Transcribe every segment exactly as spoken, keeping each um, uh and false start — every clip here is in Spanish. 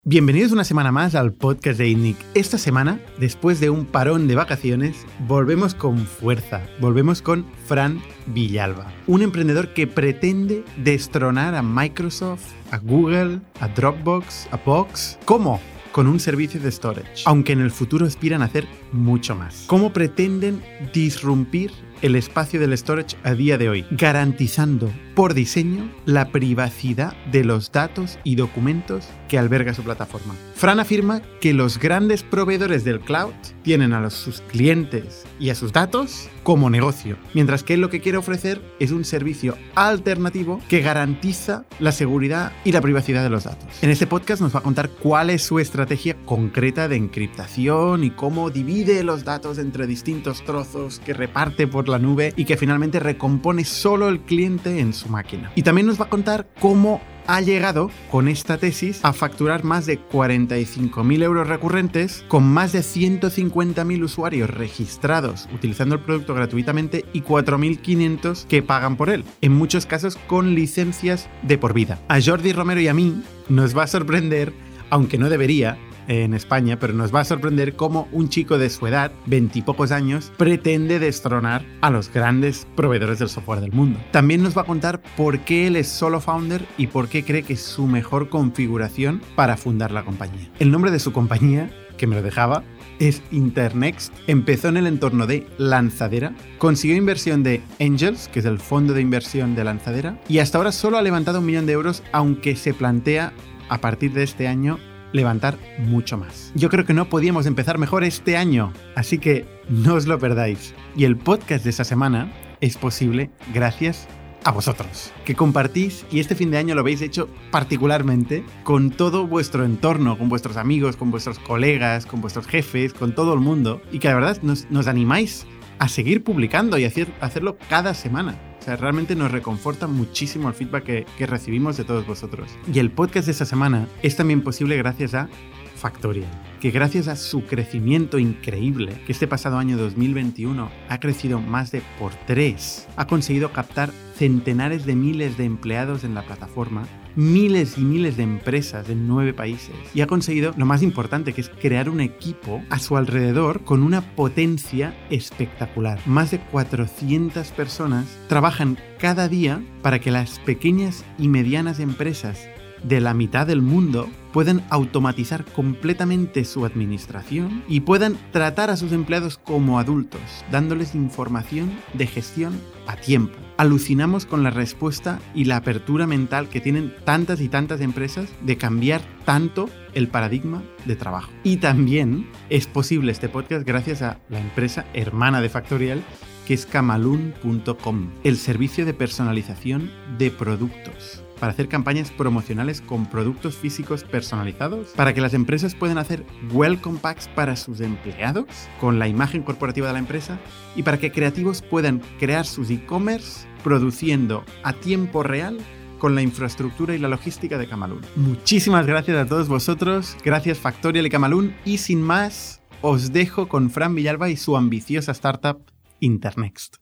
Bienvenidos una semana más al podcast de ITNIC. Esta semana, después de un parón de vacaciones, volvemos con fuerza. Volvemos con Fran Villalba, un emprendedor que pretende destronar a Microsoft, a Google, a Dropbox, a Box. ¿Cómo? Con un servicio de storage, aunque en el futuro aspiran a hacer mucho más. ¿Cómo pretenden disrumpir el espacio del storage a día de hoy, garantizando por diseño la privacidad de los datos y documentos que alberga su plataforma? Fran afirma que los grandes proveedores del cloud tienen a los, sus clientes y a sus datos como negocio, mientras que él lo que quiere ofrecer es un servicio alternativo que garantiza la seguridad y la privacidad de los datos. En este podcast nos va a contar cuál es su estrategia concreta de encriptación y cómo divide los datos entre distintos trozos que reparte por la nube y que finalmente recompone solo el cliente en su máquina. Y también nos va a contar cómo ha llegado con esta tesis a facturar más de cuarenta y cinco mil euros recurrentes con más de ciento cincuenta mil usuarios registrados utilizando el producto gratuitamente y cuatro mil quinientos que pagan por él, en muchos casos con licencias de por vida. A Jordi Romero y a mí nos va a sorprender, aunque no debería, en España, pero nos va a sorprender cómo un chico de su edad, veintipocos años, pretende destronar a los grandes proveedores del software del mundo. También nos va a contar por qué él es solo founder y por qué cree que es su mejor configuración para fundar la compañía. El nombre de su compañía, que me lo dejaba, es Internext. Empezó en el entorno de Lanzadera, consiguió inversión de Angels, que es el fondo de inversión de Lanzadera, y hasta ahora solo ha levantado un millón de euros, aunque se plantea a partir de este año levantar mucho más. Yo creo que no podíamos empezar mejor este año, así que no os lo perdáis. Y el podcast de esta semana es posible gracias a vosotros, que compartís y este fin de año lo habéis hecho particularmente con todo vuestro entorno, con vuestros amigos, con vuestros colegas, con vuestros jefes, con todo el mundo, y que la verdad nos, nos animáis a seguir publicando y hacer, hacerlo cada semana. O sea, realmente nos reconforta muchísimo el feedback que, que recibimos de todos vosotros. Y el podcast de esta semana es también posible gracias a Factorial, que gracias a su crecimiento increíble, que este pasado año dos mil veintiuno ha crecido más de por tres, ha conseguido captar centenares de miles de empleados en la plataforma, miles y miles de empresas en nueve países, y ha conseguido lo más importante, que es crear un equipo a su alrededor con una potencia espectacular. Más de cuatrocientas personas trabajan cada día para que las pequeñas y medianas empresas de la mitad del mundo puedan automatizar completamente su administración y puedan tratar a sus empleados como adultos, dándoles información de gestión a tiempo. Alucinamos con la respuesta y la apertura mental que tienen tantas y tantas empresas de cambiar tanto el paradigma de trabajo. Y también es posible este podcast gracias a la empresa hermana de Factorial, que es Camalún punto com, el servicio de personalización de productos, para hacer campañas promocionales con productos físicos personalizados, para que las empresas puedan hacer welcome packs para sus empleados con la imagen corporativa de la empresa y para que creativos puedan crear sus e-commerce produciendo a tiempo real con la infraestructura y la logística de Camalún. Muchísimas gracias a todos vosotros, gracias Factorial y Camalún, y sin más os dejo con Fran Villalba y su ambiciosa startup Internext.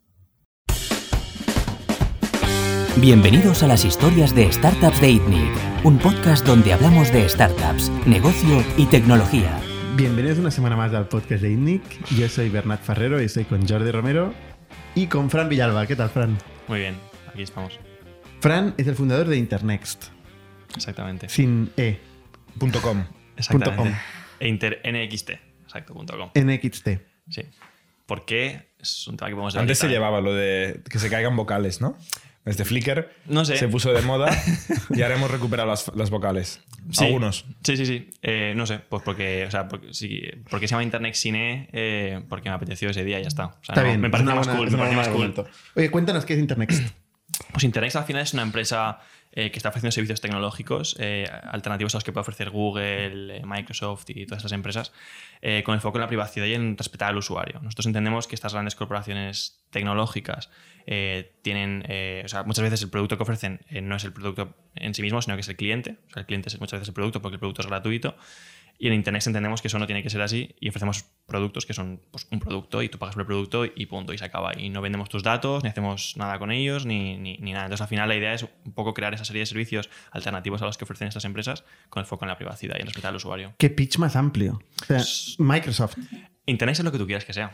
Bienvenidos a las historias de Startups de ITNIC, un podcast donde hablamos de startups, negocio y tecnología. Bienvenidos una semana más al podcast de ITNIC. Yo soy Bernat Ferrero y estoy con Jordi Romero y con Fran Villalba. ¿Qué tal, Fran? Muy bien, aquí estamos. Fran es el fundador de Internext. Exactamente. Sin E. Punto .com. Exactamente. Punto com. E Inter, N X T. Exacto, punto com. N X T. Sí. ¿Por qué? Es un tema que podemos debatir. Antes se llevaba lo de que se caigan vocales, ¿no? Desde Flickr no sé. se puso de moda y ahora hemos recuperado las, las vocales. Sí. Algunos. Sí, sí, sí. Eh, no sé, pues porque, o sea, porque, sí, porque se llama Internext sin E, eh, porque me apeteció ese día y ya está. O sea, Está no, bien. me parece es una más buena, cool. es Me una parece buena más cool. argumento. Oye, cuéntanos qué es Internext. Pues Internext al final es una empresa eh, que está ofreciendo servicios tecnológicos eh, alternativos a los que puede ofrecer Google, eh, Microsoft y todas estas empresas, eh, con el foco en la privacidad y en respetar al usuario. Nosotros entendemos que estas grandes corporaciones tecnológicas eh, tienen, eh, o sea, muchas veces el producto que ofrecen eh, no es el producto en sí mismo, sino que es el cliente. O sea, el cliente es muchas veces el producto porque el producto es gratuito. Y en Internet entendemos que eso no tiene que ser así y ofrecemos productos que son pues, un producto y tú pagas por el producto y punto, y se acaba. Y no vendemos tus datos, ni hacemos nada con ellos, ni, ni, ni nada. Entonces, al final, la idea es un poco crear esa serie de servicios alternativos a los que ofrecen estas empresas con el foco en la privacidad y en respetar al usuario. ¿Qué pitch más amplio? O sea, Microsoft. Internet es lo que tú quieras que sea.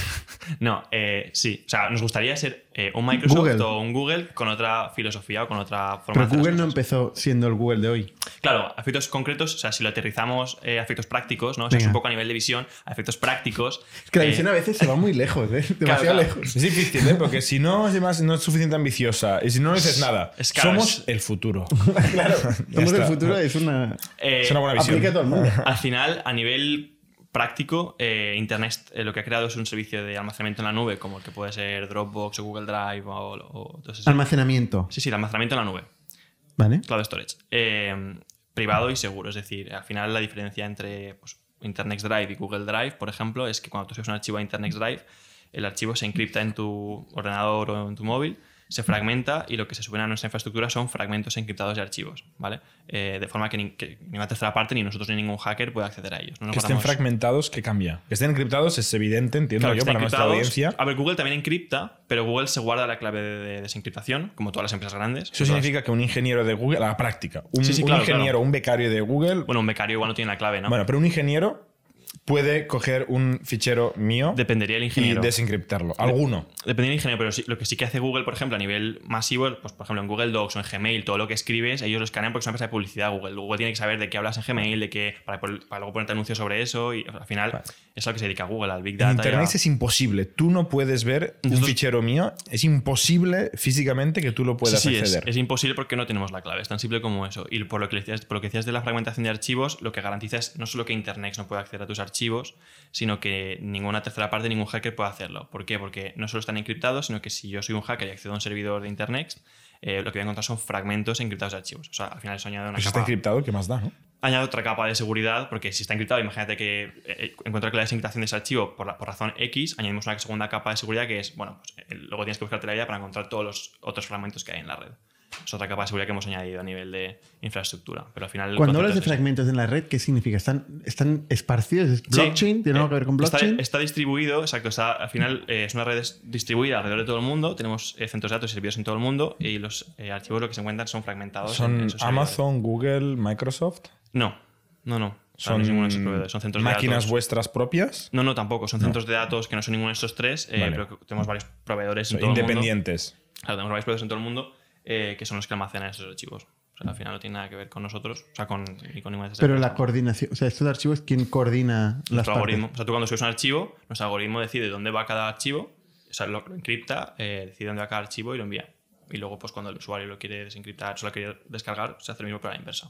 No, eh, sí. O sea, nos gustaría ser eh, un Microsoft Google. o un Google con otra filosofía o con otra forma Pero de hacer Google las no cosas. empezó siendo el Google de hoy. Claro, a efectos concretos, o sea, si lo aterrizamos eh, a efectos prácticos, ¿no? O sea, es Venga. un poco a nivel de visión, a efectos prácticos. Es que la eh, visión a veces se va muy lejos, ¿eh? Demasiado claro. lejos. Es difícil, ¿eh? Porque si no, además, no es suficiente ambiciosa y si no, no dices nada, es claro, somos es- el futuro. Claro, Ya somos el está. futuro, es una... eh, Es una buena visión. Aplica a todo el mundo. Al final, a nivel práctico, eh, Internet eh, lo que ha creado es un servicio de almacenamiento en la nube, como el que puede ser Dropbox o Google Drive o, o todo eso. Almacenamiento. Sí, sí, el almacenamiento en la nube, ¿Vale? cloud storage. Eh, privado y seguro, es decir, al final la diferencia entre pues, Internet Drive y Google Drive, por ejemplo, es que cuando tú subes un archivo a Internet Drive, el archivo se encripta en tu ordenador o en tu móvil, se fragmenta y lo que se sube a nuestra infraestructura son fragmentos encriptados de archivos, ¿vale? Eh, de forma que, ni, que ni una tercera parte, ni nosotros ni ningún hacker puede acceder a ellos. No nos Que estén guardamos- fragmentados, ¿qué cambia? Que estén encriptados es evidente, entiendo Claro, que yo, estén para nuestra encriptados. audiencia. A ver, Google también encripta, pero Google se guarda la clave de, de desencriptación, como todas las empresas grandes. Eso significa que un ingeniero de Google, a la práctica, un, Sí, sí, un claro, ingeniero, claro. un becario de Google, Bueno, un becario igual no tiene la clave, ¿no? bueno, pero un ingeniero puede coger un fichero mío Dependería del y ingeniero. desencriptarlo. Alguno. Dependería del ingeniero, pero sí- lo que sí que hace Google, por ejemplo, a nivel masivo, pues por ejemplo en Google Docs o en Gmail, todo lo que escribes, ellos lo escanean porque es una empresa de publicidad. Google Google tiene que saber de qué hablas en Gmail, de qué, para, para luego ponerte anuncios sobre eso, y al final Vale. es a lo que se dedica Google, al Big En Data. Internet y a- es imposible. Tú no puedes ver un Nosotros- fichero mío. Es imposible físicamente que tú lo puedas Sí, sí, es, acceder. es imposible porque no tenemos la clave, es tan simple como eso. Y por lo que decías, por lo que decías de la fragmentación de archivos, lo que garantiza es no solo que Internet no pueda acceder a tus archivos, sino que ninguna tercera parte, ningún hacker puede hacerlo. ¿Por qué? Porque no solo están encriptados, sino que si yo soy un hacker y accedo a un servidor de Internet, eh, lo que voy a encontrar son fragmentos encriptados de archivos. O sea, al final eso añade una Pues está capa, encriptado, ¿qué más da? ¿no? añade otra capa de seguridad, porque si está encriptado, imagínate que eh, encontrar que la desencriptación de ese archivo por, la- por razón X, añadimos una segunda capa de seguridad que es, bueno, pues eh, luego tienes que buscarte la vida para encontrar todos los otros fragmentos que hay en la red. Es otra capa de seguridad que hemos añadido a nivel de infraestructura. Pero al final. el Cuando concepto hablas de es ese. fragmentos en la red, ¿qué significa? ¿Están, están esparcidos? ¿Es Sí. blockchain? ¿Tiene algo que ver con Está- blockchain? Está, distribuido, exacto. Está, al final eh, es una red es- distribuida alrededor de todo el mundo. Tenemos eh, centros de datos y servidores en todo el mundo y los eh, archivos lo que se encuentran son fragmentados. en- Son en esos servidores. Amazon, Google, Microsoft. No, no, no. O sea, Son no es ninguno de esos proveedores. Son centros de máquinas datos. vuestras propias. No, no, tampoco. Son centros de datos que no son ninguno de estos tres, eh, Vale. pero que tenemos varios proveedores en Son todo el mundo. independientes. Claro, tenemos varios proveedores en todo el mundo eh, que son los que almacenan esos archivos. O sea, al final no tiene nada que ver con nosotros, o sea, con, ni con ninguna de esas Pero la empresas. coordinación, o sea, estos archivos, ¿quién coordina las Nuestro partes? algoritmo. O sea, tú cuando subes un archivo, nuestro algoritmo decide dónde va cada archivo, o sea, lo, lo encripta, eh, decide dónde va cada archivo y lo envía. Y luego, pues cuando el usuario lo quiere desencriptar, o sea, lo quiere descargar, se hace lo mismo pero a la inversa.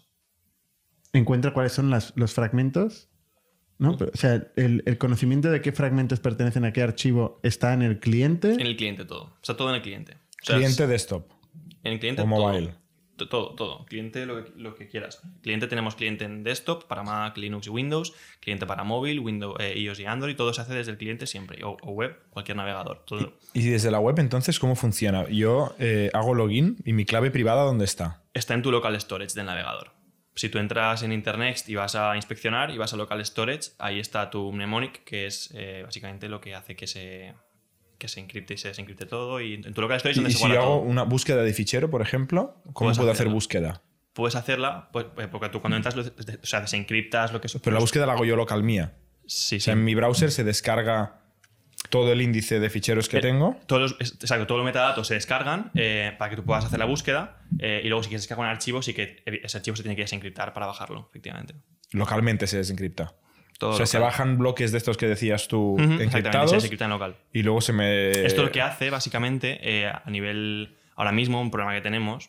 Encuentra cuáles son las- los fragmentos, ¿no? Pero, o sea, el, el conocimiento de qué fragmentos pertenecen a qué archivo está en el cliente. En el cliente todo. O sea, todo en el cliente. O sea, Cliente es- desktop en el cliente o todo. mobile. To- Todo, todo. Cliente, lo que, lo que quieras. Cliente tenemos cliente en desktop para Mac, Linux y Windows. Cliente para móvil, Windows, eh, iOS y Android. Todo se hace desde el cliente siempre. O, o web, cualquier navegador. Todo. Y desde la web, entonces, ¿cómo funciona? Yo eh, hago login y mi clave privada, ¿dónde está? Está en tu local storage del navegador. Si tú entras en Internet y vas a inspeccionar y vas a local storage, ahí está tu mnemonic, que es eh, básicamente lo que hace que se, que se encripte y se desencripte todo. Y en tu local storage es Y, donde y se si guarda yo hago todo. una búsqueda de fichero, por ejemplo, ¿cómo Puedes puedo hacer hacerla. búsqueda? Puedes hacerla, pues, eh, porque tú cuando entras, lo- o sea, desencriptas lo que es. Pero la búsqueda la hago yo local mía. Sí, O sí. sea, en mi browser se descarga todo el índice de ficheros que Eh, tengo. Todos los, es- exacto, todos los metadatos se descargan eh, para que tú puedas hacer la búsqueda eh, y luego si quieres descargar un archivo, sí que ese archivo se tiene que desencriptar para bajarlo, efectivamente. Localmente se desencripta. Todo O sea, se local. bajan bloques de estos que decías tú, Ujú, exactamente, se encriptados, desencripta en local. y luego se me... Esto lo que hace, básicamente, eh, a nivel. Ahora mismo, un problema que tenemos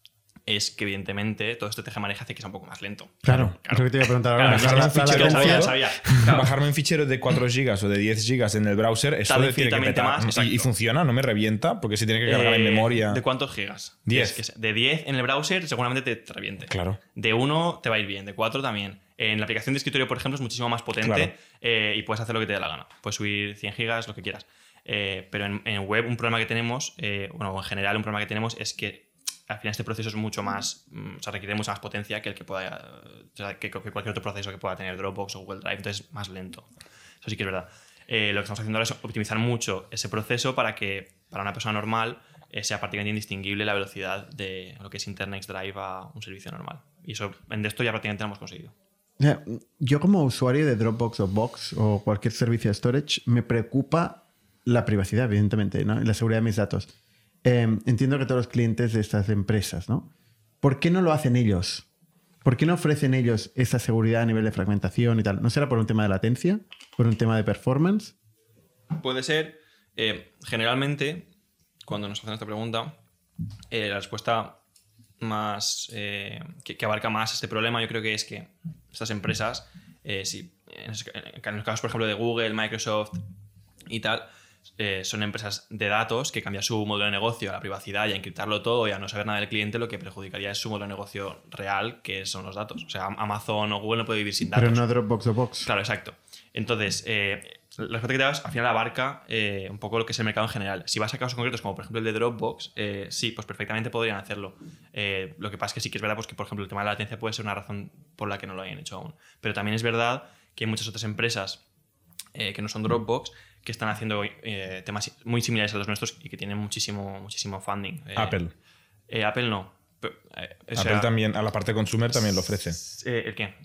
es que, evidentemente, todo este tejemaneje hace que sea un poco más lento. Claro, es lo que te iba a preguntar ahora. Claro, La- es que la- es un la fichero, latencia- sabía, sabía. Claro. Bajarme un fichero de cuatro gigas o de diez gigas en el browser, eso Tarda le tiene que infinitamente petar. más, exacto. y, y funciona, no me revienta, porque si tiene que cargar en Eh, memoria... ¿De cuántos gigas? diez. Es que de diez en el browser seguramente te, te reviente. Claro. De uno te va a ir bien, de cuatro también. En la aplicación de escritorio, por ejemplo, es muchísimo más potente Claro. eh, y puedes hacer lo que te dé la gana. Puedes subir cien gigas, lo que quieras. Eh, pero en, en web un problema que tenemos, eh, bueno, en general un problema que tenemos es que al final este proceso es mucho más, o sea, requiere mucha más potencia que el que pueda, o sea, que, que cualquier otro proceso que pueda tener Dropbox o Google Drive, entonces es más lento. Eso sí que es verdad. Eh, lo que estamos haciendo ahora es optimizar mucho ese proceso para que para una persona normal eh, sea prácticamente indistinguible la velocidad de lo que es Internext Drive a un servicio normal. Y eso en esto ya prácticamente lo hemos conseguido. Yo como usuario de Dropbox o Box o cualquier servicio de storage me preocupa la privacidad, evidentemente, ¿no? Y la seguridad de mis datos. Eh, entiendo que todos los clientes de estas empresas, ¿no? ¿Por qué no lo hacen ellos? ¿Por qué no ofrecen ellos esa seguridad a nivel de fragmentación y tal? ¿No será por un tema de latencia? ¿Por un tema de performance? Puede ser. Eh, generalmente, cuando nos hacen esta pregunta, eh, la respuesta más eh, que, que abarca más este problema, yo creo que es que estas empresas, eh, si, en, en los casos, por ejemplo, de Google, Microsoft y tal, eh, son empresas de datos que cambian su modelo de negocio a la privacidad y a encriptarlo todo y a no saber nada del cliente, lo que perjudicaría es su modelo de negocio real, que son los datos. O sea, Amazon o Google no puede vivir sin datos. Pero no Dropbox o Box. Claro, exacto. Entonces, eh, la respuesta que te das al final abarca eh, un poco lo que es el mercado en general. Si vas a casos concretos, como por ejemplo el de Dropbox, eh, sí, pues perfectamente podrían hacerlo. Eh, lo que pasa es que sí que es verdad pues, que, por ejemplo, el tema de la latencia puede ser una razón por la que no lo hayan hecho aún. Pero también es verdad que hay muchas otras empresas eh, que no son Dropbox que están haciendo eh, temas muy similares a los nuestros y que tienen muchísimo, muchísimo funding. Eh, Apple. Eh, Apple no. Pero, eh, o Apple sea, también, a la parte consumer también lo ofrece. Eh, ¿El qué?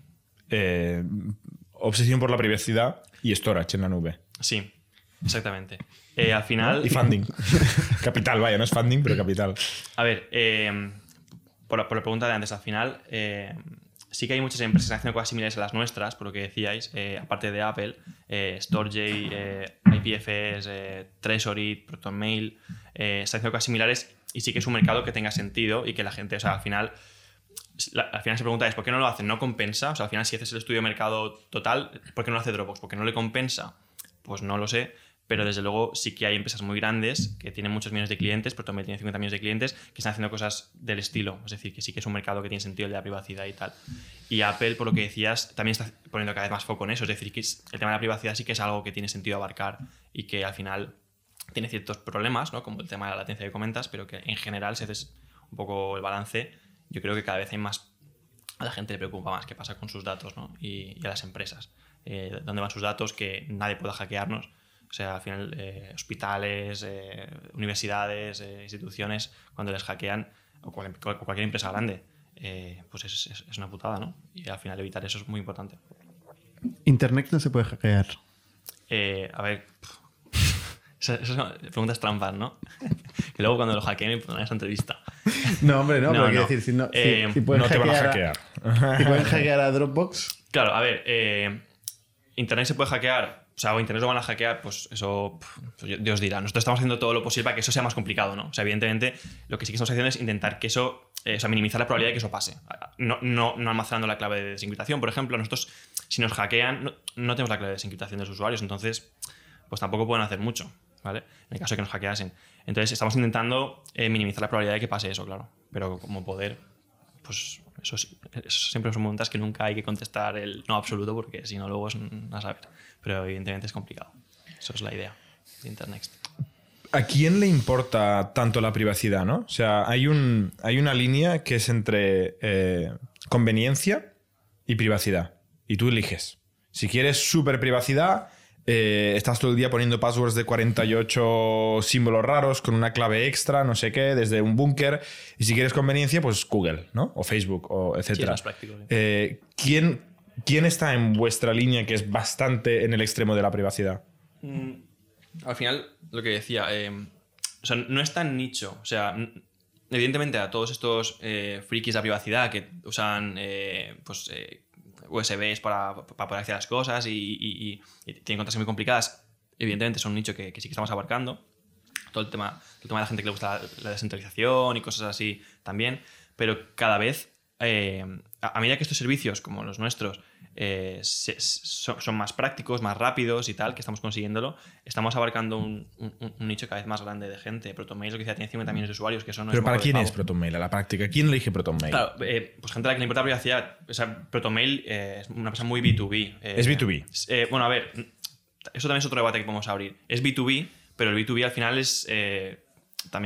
Eh, obsesión por la privacidad y storage en la nube. Sí, exactamente. Eh, al final... Y funding. Capital, vaya, no es funding, pero capital. A ver, eh, por, la, por la pregunta de antes, al final, eh, sí que hay muchas empresas que están haciendo cosas similares a las nuestras, por lo que decíais, eh, aparte de Apple, eh, StoreJ, eh, I P F S, eh, Treasury, ProtonMail, eh, están haciendo cosas similares y sí que es un mercado que tenga sentido y que la gente, o sea, al final... La, al final se pregunta es ¿por qué no lo hacen? ¿No compensa? O sea, al final si haces el estudio de mercado total, ¿por qué no lo hace Dropbox? ¿Por qué no le compensa? Pues no lo sé, pero desde luego sí que hay empresas muy grandes que tienen muchos millones de clientes, pero también tienen cincuenta millones de clientes que están haciendo cosas del estilo. Es decir, que sí que es un mercado que tiene sentido el de la privacidad y tal. Y Apple, por lo que decías, también está poniendo cada vez más foco en eso. Es decir, que el tema de la privacidad sí que es algo que tiene sentido abarcar y que al final tiene ciertos problemas, ¿no? Como el tema de la latencia que comentas, pero que en general, si haces un poco el balance, yo creo que cada vez hay más, a la gente le preocupa más qué pasa con sus datos, ¿no? y, y a las empresas. Eh, ¿Dónde van sus datos? Que nadie pueda hackearnos. O sea, al final, eh, hospitales, eh, universidades, eh, instituciones, cuando les hackean, o, cual, o cualquier empresa grande, eh, pues es, es, es una putada, ¿no? Y al final evitar eso es muy importante. Internet no se puede hackear. Eh, a ver... Esas son preguntas trampas, ¿no? Que luego cuando lo hackeen me pondrán esa entrevista. No, hombre, no, No, pero quiero no. decir, si, no, Eh, si, si pueden No te van a hackear hackear. Si pueden hackear a Dropbox. Claro, a ver, eh, Internet se puede hackear, o sea, o Internet lo van a hackear, pues eso, pues Dios dirá. Nosotros estamos haciendo todo lo posible para que eso sea más complicado, ¿no? O sea, evidentemente, lo que sí que estamos haciendo es intentar que eso, eh, o sea, minimizar la probabilidad de que eso pase. No, no, no almacenando la clave de desencriptación, por ejemplo. Nosotros, si nos hackean, no, no tenemos la clave de desencriptación de los usuarios, entonces, pues tampoco pueden hacer mucho, ¿vale? En el caso de que nos hackeasen. Entonces, estamos intentando eh, minimizar la probabilidad de que pase eso, claro. Pero como poder, pues eso, es, eso siempre son preguntas que nunca hay que contestar el no absoluto, porque si no, luego es a saber. Pero evidentemente es complicado. Eso es la idea de Internext. ¿A quién le importa tanto la privacidad, no? O sea, hay, un, hay una línea que es entre eh, conveniencia y privacidad. Y tú eliges. Si quieres súper privacidad, eh, estás todo el día poniendo passwords de cuarenta y ocho símbolos raros con una clave extra, no sé qué, desde un búnker. Y si quieres conveniencia, pues Google, ¿no? O Facebook, o etcétera. Sí, es más práctico. Sí. Eh, ¿quién, ¿Quién está en vuestra línea que es bastante en el extremo de la privacidad? Mm, al final, lo que decía, eh, o sea, no es tan nicho. O sea, evidentemente a todos estos eh, frikis de la privacidad que usan eh, pues, eh, U S Bs para, para poder acceder a las cosas y, y, y, y tienen contraseñas muy complicadas, evidentemente son un nicho que, que sí que estamos abarcando. Todo el tema, el tema de la gente que le gusta la, la descentralización y cosas así también, pero cada vez, eh, a, a medida que estos servicios como los nuestros eh, se, son, son más prácticos, más rápidos y tal, que estamos consiguiéndolo, estamos abarcando un, un, un nicho cada vez más grande de gente. ProtonMail, lo que decía, tiene cincuenta millones de usuarios, que eso no ¿Pero es para moco de quién pavo. es ProtonMail a la práctica? ¿Quién elige ProtonMail? Claro, eh, pues gente a la que le importa la privacidad. O sea, ProtonMail eh, es una empresa muy B dos B. Eh, ¿Es B dos B? Eh, bueno, a ver, eso también es otro debate que podemos abrir. Es B dos B, pero el B dos B al final es eh, también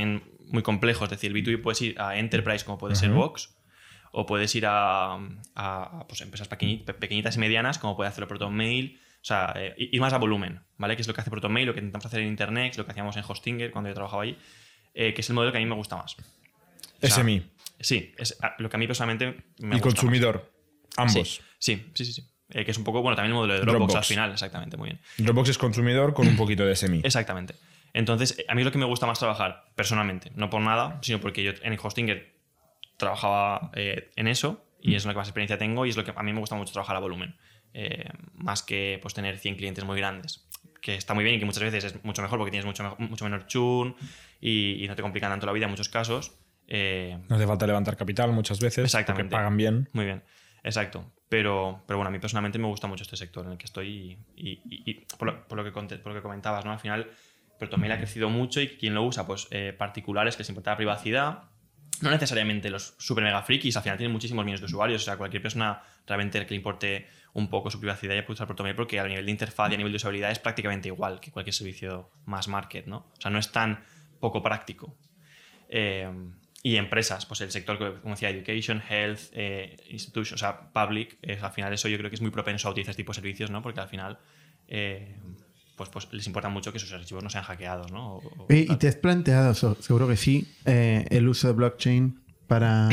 muy complejos. Es decir, B dos B puedes ir a Enterprise, como puede Uh-huh. ser Vox, o puedes ir a, a, a pues, empresas pequeñitas, pequeñitas y medianas, como puede hacerlo ProtonMail. O sea, eh, ir más a volumen, ¿vale? Que es lo que hace ProtonMail, lo que intentamos hacer en Internet, lo que hacíamos en Hostinger cuando yo trabajaba ahí, eh, que es el modelo que a mí me gusta más. O sea, S M I. Sí, es lo que a mí personalmente me Y gusta consumidor. más. Ambos. Sí, sí, sí. sí, sí. Eh, que es un poco, bueno, también el modelo de Dropbox, Dropbox. al final, exactamente, muy bien. Dropbox es consumidor con un poquito de S M I. Exactamente. Entonces, a mí es lo que me gusta más trabajar, personalmente. No por nada, sino porque yo en Hostinger trabajaba eh, en eso y es lo que más experiencia tengo y es lo que a mí me gusta mucho trabajar a volumen. Eh, más que pues, tener cien clientes muy grandes. Que está muy bien y que muchas veces es mucho mejor porque tienes mucho, mejor, mucho menor churn y, y no te complican tanto la vida en muchos casos. Eh, No hace falta levantar capital muchas veces. Exactamente. Porque pagan bien. Muy bien, exacto. Pero, pero bueno, a mí personalmente me gusta mucho este sector en el que estoy y, y, y, y por, lo, por, lo que, por lo que comentabas, ¿no? Al final, ProtonMail ha crecido mucho y quien lo usa, pues eh, particulares que les importa la privacidad. No necesariamente los super mega frikis, al final tienen muchísimos millones de usuarios, o sea, cualquier persona realmente que le importe un poco su privacidad ya puede usar ProtonMail porque a nivel de interfaz y a nivel de usabilidad es prácticamente igual que cualquier servicio más market, ¿no? O sea, no es tan poco práctico. Eh, y empresas, pues el sector, como decía, education, health, eh, institution, o sea, public, eh, al final eso yo creo que es muy propenso a utilizar este tipo de servicios, ¿no? Porque al final eh, pues, pues les importa mucho que sus archivos no sean hackeados, ¿no? O, o ¿Y, y te has planteado, so- seguro que sí, eh, el uso de blockchain para,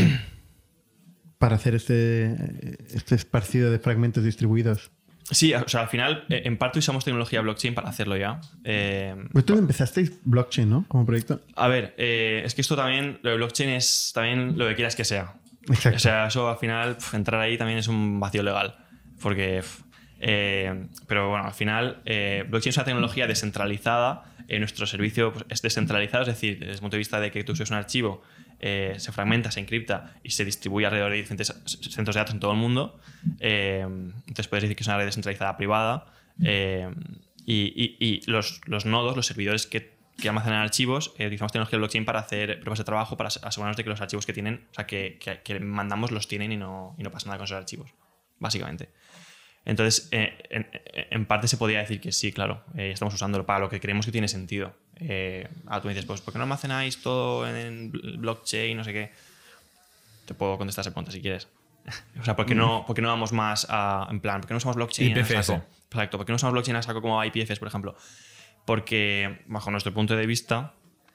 para hacer este, este esparcido de fragmentos distribuidos? Sí, o sea, al final, eh, en parte usamos tecnología blockchain para hacerlo ya. Eh, Vosotros empezasteis blockchain, ¿no? Como proyecto. a ver, eh, es que esto también, lo de blockchain es también lo que quieras que sea. Exacto. O sea, eso al final, pf, entrar ahí también es un vacío legal. Porque, pf, eh, pero bueno, al final, eh, blockchain es una tecnología descentralizada. Eh, nuestro servicio pues, es descentralizado, es decir, desde el punto de vista de que tú usas un archivo, eh, se fragmenta, se encripta y se distribuye alrededor de diferentes centros de datos en todo el mundo. Eh, entonces puedes decir que es una red descentralizada privada. Eh, y y, y los, los nodos, los servidores que, que almacenan archivos, eh, utilizamos tecnología de blockchain para hacer pruebas de trabajo, para asegurarnos de que los archivos que tienen, o sea, que, que, que mandamos los tienen y no, y no pasa nada con esos archivos, básicamente. Entonces, eh, en, en parte se podría decir que sí, claro, eh, estamos usándolo para lo que creemos que tiene sentido. Eh, ahora tú me dices, pues, ¿por qué no almacenáis todo en blockchain? No sé qué. Te puedo contestar esa pregunta si quieres. O sea, ¿por qué no, por qué no vamos más a, en plan, ¿por qué no usamos blockchain I P F S. a saco? Exacto, ¿por qué no usamos blockchain a saco como I P F S, por ejemplo? Porque, bajo nuestro punto de vista,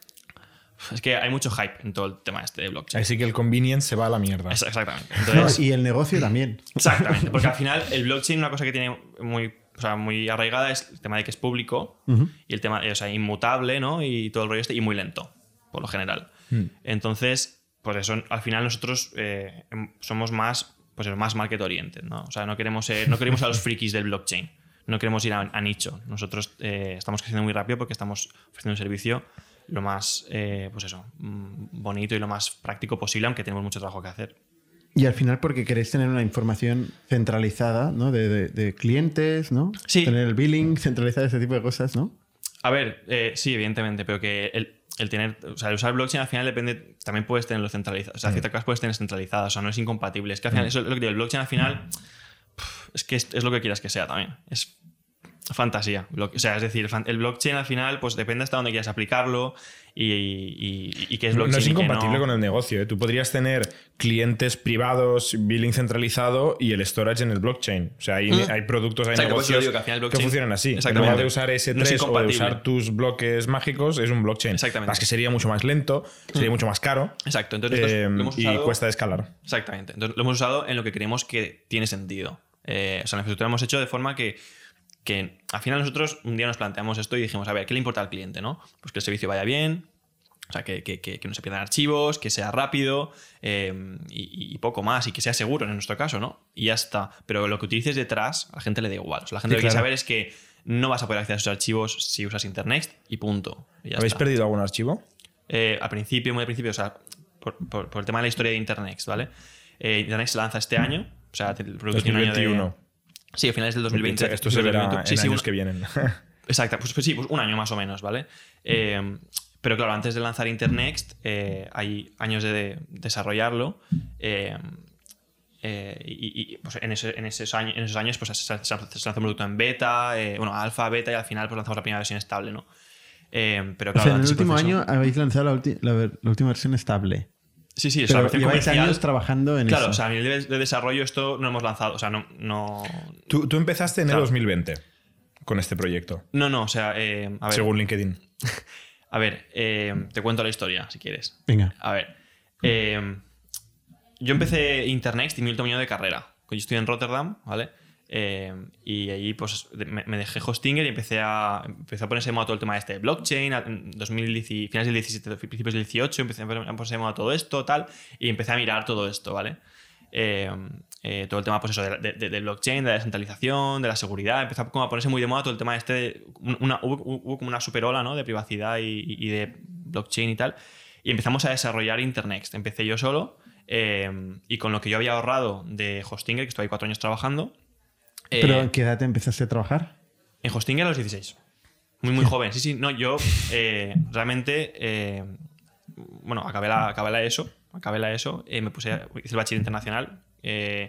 es que hay mucho hype en todo el tema este de blockchain. Así que el convenience se va a la mierda. Es- exactamente. No, Entonces, y el negocio también. exactamente, porque al final el blockchain, una cosa que tiene muy, o sea, muy arraigada es el tema de que es público Ujú. y el tema, o sea, inmutable, ¿no? Y todo el rollo este, y muy lento, por lo general. Mm. Entonces, pues eso, al final nosotros eh, em- somos más, pues eso, más market oriented, ¿no? O sea, no queremos ser, no queremos a los frikis del blockchain, no queremos ir a, a nicho. Nosotros eh, estamos creciendo muy rápido porque estamos ofreciendo un servicio lo más, eh, pues eso, mm, bonito y lo más práctico posible, aunque tenemos mucho trabajo que hacer. Y al final porque queréis tener una información centralizada, ¿no? De, de- de clientes, ¿no? Sí. Tener el billing, centralizar ese tipo de cosas, ¿no? A ver, eh, sí, evidentemente, pero que el, el tener, o sea, el usar blockchain al final depende, también puedes tenerlo centralizado, o sea, ciertas cosas puedes tener centralizadas, o sea, no es incompatible. Es que al final, eso es lo que digo, el blockchain al final pf, es que es, es lo que quieras que sea también. Es fantasía. Blo- O sea, es decir, fan- el blockchain al final, pues depende hasta dónde quieras aplicarlo y, y, y qué es No blockchain. es y qué incompatible no. con el negocio. ¿eh? Tú podrías tener clientes privados, billing centralizado y el storage en el blockchain. O sea, hay, Mm. hay productos, hay Exacto, por eso negocios digo que al final el que blockchain- funcionan así. En Exactamente. lugar de usar S No es tres o de incompatible. usar tus bloques mágicos, es un blockchain. Exactamente. Más que sería mucho más lento, sería mucho más caro Exacto, entonces nosotros eh, lo hemos y usado- cuesta de escalar. Exactamente. Entonces lo hemos usado en lo que creemos que tiene sentido. Eh, o sea, nosotros lo hemos hecho de forma que, que al final nosotros un día nos planteamos esto y dijimos, a ver, ¿qué le importa al cliente, no? Pues que el servicio vaya bien, o sea, que, que, que, que no se pierdan archivos, que sea rápido eh, y, y poco más, y que sea seguro en nuestro caso, ¿no? Y ya está. Pero lo que utilices detrás, a la gente le da igual. O sea, la gente Sí, lo que quiere claro. saber es que no vas a poder acceder a esos archivos si usas Internext y punto. Y ya ¿Habéis está. perdido algún archivo? Eh, al principio, muy al principio, o sea, por, por- por el tema de la historia de Internext, ¿vale? Eh, Internext se lanza este año, o sea, el producto tiene un año de... dos mil veintiuno. Sí, a finales del dos mil veinte. Esto se verá en Sí, sí, años un- que vienen. Exacto, pues, pues sí, pues un año más o menos, ¿vale? Eh, pero claro, antes de lanzar Internext, eh, hay años de desarrollarlo. eh, eh, y y, pues en, ese- en esos años, en esos años pues, se, se- se lanzó un producto en beta, eh, bueno, alfa, beta, y al final pues lanzamos la primera versión estable, ¿no? Eh, pero O claro, sea, en el durante ese último proceso- año habéis lanzado la, ulti- la, ver- la última versión estable. Sí, sí, o sea, Pero la versión lleváis comercial- años trabajando en Claro, eso. o sea, a nivel de, de desarrollo esto no hemos lanzado, o sea, no... No, Tú, tú empezaste en el Claro. dos mil veinte con este proyecto, no, no, o sea, eh, a ver, según LinkedIn. a ver eh, te cuento la historia, si quieres. Venga. A ver, eh, yo empecé Internext y mi último año de carrera. Yo estoy en Rotterdam, ¿vale? Eh, y allí pues me, me dejé Hostinger y empecé a, empecé a ponerse de moda todo el tema este de blockchain. En dos mil diez, finales del diecisiete, principios del dieciocho, empecé a ponerse de moda todo esto, tal, y empecé a mirar todo esto, ¿vale? Eh, eh, todo el tema pues eso, de, de, de blockchain, de la descentralización, de la seguridad. Empezó como a ponerse muy de moda todo el tema este de una, hubo, hubo como una superola, ¿no? De privacidad y, y de blockchain y tal. Y empezamos a desarrollar Internext. Empecé yo solo eh, y con lo que yo había ahorrado de Hostinger, que estuve ahí cuatro años trabajando. eh, ¿Pero en qué edad empezaste a trabajar? En Hostinger a los dieciséis. Muy, muy joven. Sí, sí. No, yo eh, realmente... Eh, bueno, acabé la, acabé la ESO. Acabé la ESO. Eh, me puse, hice el bachiller internacional. Eh,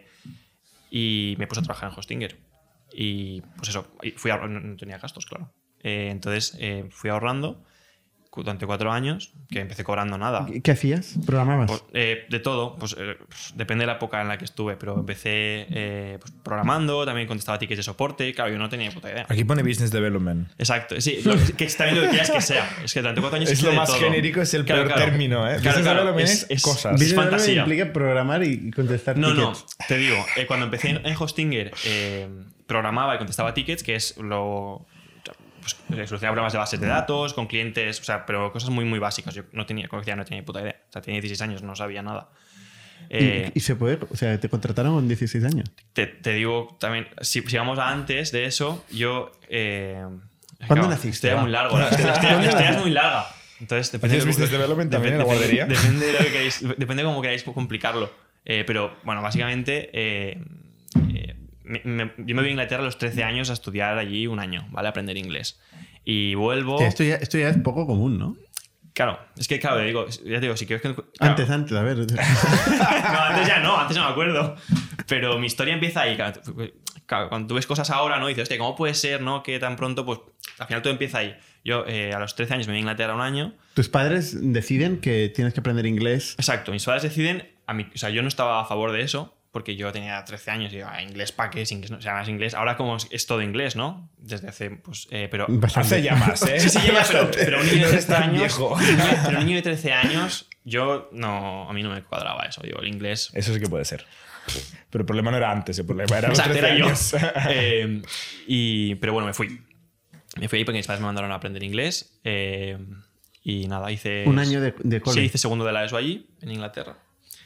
y me puse a trabajar en Hostinger. Y pues eso. Fui a, no, no tenía gastos, claro. Eh, entonces eh, fui ahorrando durante cuatro años, que empecé cobrando nada. ¿Qué, qué hacías? ¿Programabas? Pues, eh, de todo, pues, eh, pues, depende de la época en la que estuve, pero empecé eh, pues, programando, también contestaba tickets de soporte, claro, yo no tenía puta idea. Aquí pone Business Development. Exacto, sí, lo, que está bien lo que quieras que sea. Es que durante cuatro años Es hice lo de más todo. genérico, es el Claro, peor claro. término, ¿eh? Claro, Business claro, Development es- es, es- cosas. Business Development fantasía. implica programar y contestar No, no, tickets. te digo, eh, cuando empecé en, en Hostinger eh, programaba y contestaba tickets, que es lo... Pues, solucionaba problemas de bases de datos, con clientes, o sea, pero cosas muy, muy básicas. Yo no tenía, como decía, no tenía ni puta idea. O sea, tenía dieciséis años, no sabía nada. Eh, ¿Y, y se puede? O sea, ¿te contrataron con dieciséis años? te, te digo también, si, si vamos a antes de eso, yo... Eh, ¿Cuándo claro, naciste? Historia Va. muy larga, la historia, la historia- la historia es muy larga. Entonces, depende ¿Hacías Business Development también en la guardería? Depende de lo que queráis, depende de cómo queráis complicarlo. Eh, pero, bueno, básicamente, eh, eh, me- me- yo me voy a Inglaterra a los trece años a estudiar allí un año, ¿vale? A aprender inglés. Y vuelvo... Hostia, esto, ya, esto ya es poco común, ¿no? Claro, es que, claro, digo, ya te digo, si quieres que... claro. Antes, antes, a ver. No, antes ya no, antes no me acuerdo. Pero mi historia empieza ahí. Claro, claro, cuando tú ves cosas ahora, ¿no? Dices, hostia, ¿cómo puede ser, no? Que tan pronto, pues al final todo empieza ahí. Yo eh, a los trece años me voy a Inglaterra un año. Tus padres deciden que tienes que aprender inglés. Exacto, mis padres deciden. A mí, o sea, yo no estaba a favor de eso, porque yo tenía trece años y ah, inglés para qué, inglés, no, o sea, más inglés. Ahora, como es, es todo inglés, ¿no? Desde hace, pues. Eh, pero. Bastante. Hace ya más, ¿eh? Sí, sí, ya, pero, Bastante. pero un niño de No eres trece tan años. viejo. un niño- pero un niño de trece años, yo no. A mí no me cuadraba eso. Digo, el inglés. Eso sí que puede ser. Pero el problema no era antes, el problema era los Exacto, trece era yo. años. Eh, y, pero bueno, me fui. Me fui ahí porque mis padres me mandaron a aprender inglés. eh, y nada, hice. Un año de, de cole. Sí, hice segundo de la ESO allí, en Inglaterra.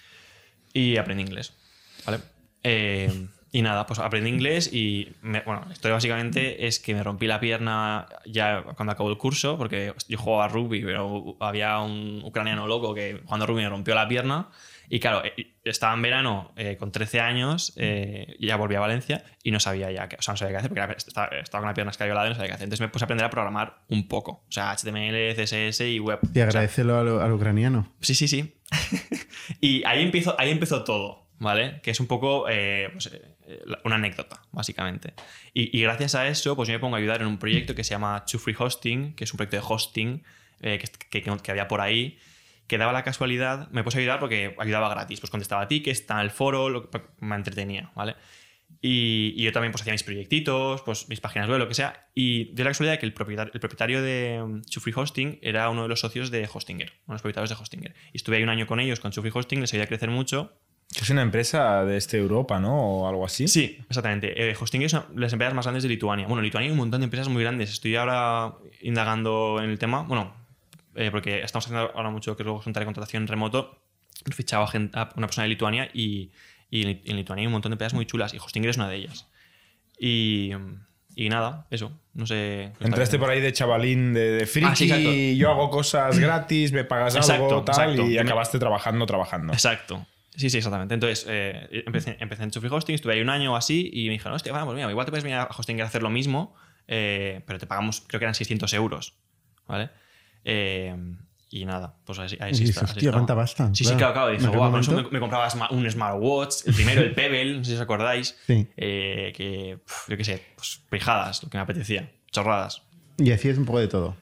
Y aprendí inglés. ¿Vale? Eh, y nada, pues aprendí inglés y. Me, bueno, la historia básicamente es que me rompí la pierna ya cuando acabó el curso, porque yo jugaba rugby, pero había un ucraniano loco que jugando rugby me rompió la pierna. Y claro, eh, estaba en verano eh, con trece años, eh, y ya volví a Valencia y no sabía ya qué, o sea, no sabía qué hacer porque era- estaba, estaba con la pierna escabiolada y no sabía qué hacer. Entonces me puse a aprender a programar un poco. O sea, H T M L, C S S y web. Y O sea, agradecelo al, al ucraniano. sí, sí, sí. Y ahí empezó, ahí empezó todo, ¿vale? Que es un poco eh, pues, eh, una anécdota, básicamente. Y, y gracias a eso, pues yo me pongo a ayudar en un proyecto que se llama Two Free Hosting, que es un proyecto de hosting eh, que, que, que había por ahí, que daba la casualidad, me puse a ayudar porque ayudaba gratis, pues contestaba tickets, estaba en el foro, lo, me entretenía, ¿vale? Y, y yo también pues hacía mis proyectitos, pues mis páginas web, lo que sea, y dio la casualidad que el propietario, el propietario de um, Two Free Hosting era uno de los socios de Hostinger, uno de los propietarios de Hostinger. Y estuve ahí un año con ellos, con Two Free Hosting, les ayudé a crecer mucho. Es una empresa de este Europa, ¿no? O algo así. Sí, exactamente. Eh, Hostinger es una de las empresas más grandes de Lituania. Bueno, en Lituania hay un montón de empresas muy grandes. Estoy ahora indagando en el tema, bueno, eh, porque estamos haciendo ahora mucho que luego juntar de contratación remoto. He fichado a, gente, a una persona de Lituania y, y en, en Lituania hay un montón de empresas muy chulas y Hostinger es una de ellas. Y, y nada, eso. No sé. Entraste por ahí de chavalín, de, de friki, Ah, sí, exacto. yo hago cosas gratis, me pagas Exacto, algo, tal, exacto. y Yo me- acabaste trabajando, trabajando. Exacto. Sí, sí, exactamente. Entonces, eh, empecé, empecé en Two Free Hosting, estuve ahí un año o así y me dijeron, hostia, bueno, pues mira, igual te puedes venir a Hostinger a hacer lo mismo, eh, pero te pagamos, creo que eran seiscientos euros, ¿vale? Eh, y nada, pues así, ahí sí Y está. dices, así tío, estaba. cuánta pasta. Sí, sí, claro, claro. Dije, ¿En aquel guau, con eso me, momento? me compraba sma- un smartwatch, el primero, el Pebble, no sé si os acordáis, Sí. eh, que, pf, yo qué sé, pues pijadas, lo que me apetecía, chorradas. Y hacías un poco de todo.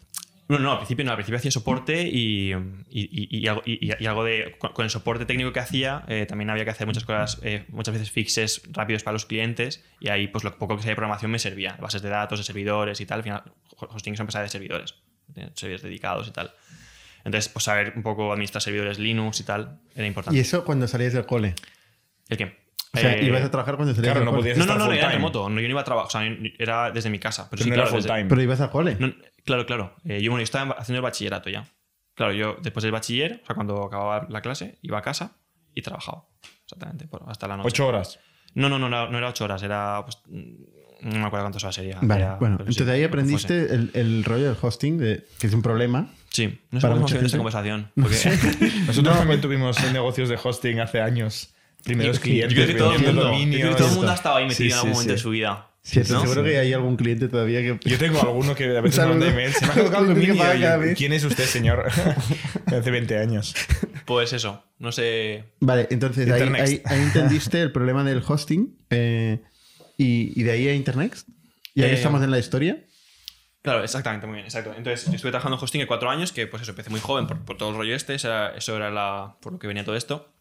No, no, al principio no, al principio hacía soporte y, y, y, y, algo, y, y algo de... Con el soporte técnico que hacía, eh, también había que hacer muchas cosas, eh, muchas veces fixes rápidos para los clientes y ahí pues lo poco que sabía de programación me servía. Bases de datos, de servidores y tal. Al final, Hosting es una empresa de servidores, de servidores dedicados y tal. Entonces, pues saber un poco administrar servidores Linux y tal era importante. ¿Y eso cuando salías del cole? ¿El qué? O sea, Eh, ibas a trabajar cuando salías claro, del no cole. podías No, estar no, no, full era time. remoto. No, yo no iba a trabajar, o sea, era desde mi casa. Pero, Pero sí, no claro, era full desde- time. Pero ibas al cole. No, claro, claro. Eh, yo, bueno, yo estaba haciendo el bachillerato ya. Claro, yo después del bachiller, o sea, cuando acababa la clase, iba a casa y trabajaba. Exactamente, por- hasta la noche. Ocho horas. No, no, no, no, no era ocho horas, era. Pues, no me acuerdo cuántas horas sería. Vale, Era- bueno, pero sí, entonces ahí lo que fuese. aprendiste el, el rollo del hosting, de, que es un problema. Sí, no sé para cómo mucha hemos tenido esta gente. conversación. Porque, Nosotros también tuvimos negocios de hosting hace años. Primeros Yo- clientes, yo creo que todo el vendiendo mundo, yo creo que dominios. todo el mundo ha estado ahí metido Sí, en algún sí, momento sí. de su vida. Sí, ¿no? seguro que hay algún cliente todavía que... Yo tengo alguno que a veces Un me manda saludo. emails. Se me ha caducado el Tiene que dominio. pagar Y cada yo, vez. ¿quién es usted, señor? Hace veinte años. Pues eso, no sé. Vale, entonces ahí, Internext. ahí- ahí entendiste el problema del hosting eh, y, y de ahí a Internext. Y ahí Eh, estamos en la historia. Claro, exactamente, muy bien, exacto. Entonces, yo estuve trabajando en hosting en cuatro años, que pues eso, empecé muy joven por, por todo el rollo este, eso era, eso era la, por lo que venía todo esto.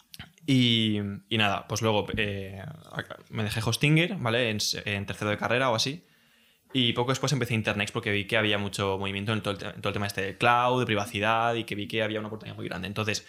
Y, y nada, pues luego eh, me dejé Hostinger, ¿vale? En, en tercero de carrera o así. Y poco después empecé Internext porque vi que había mucho movimiento en todo el, te- en todo el tema este de cloud, de privacidad y que vi que había una oportunidad muy grande. Entonces,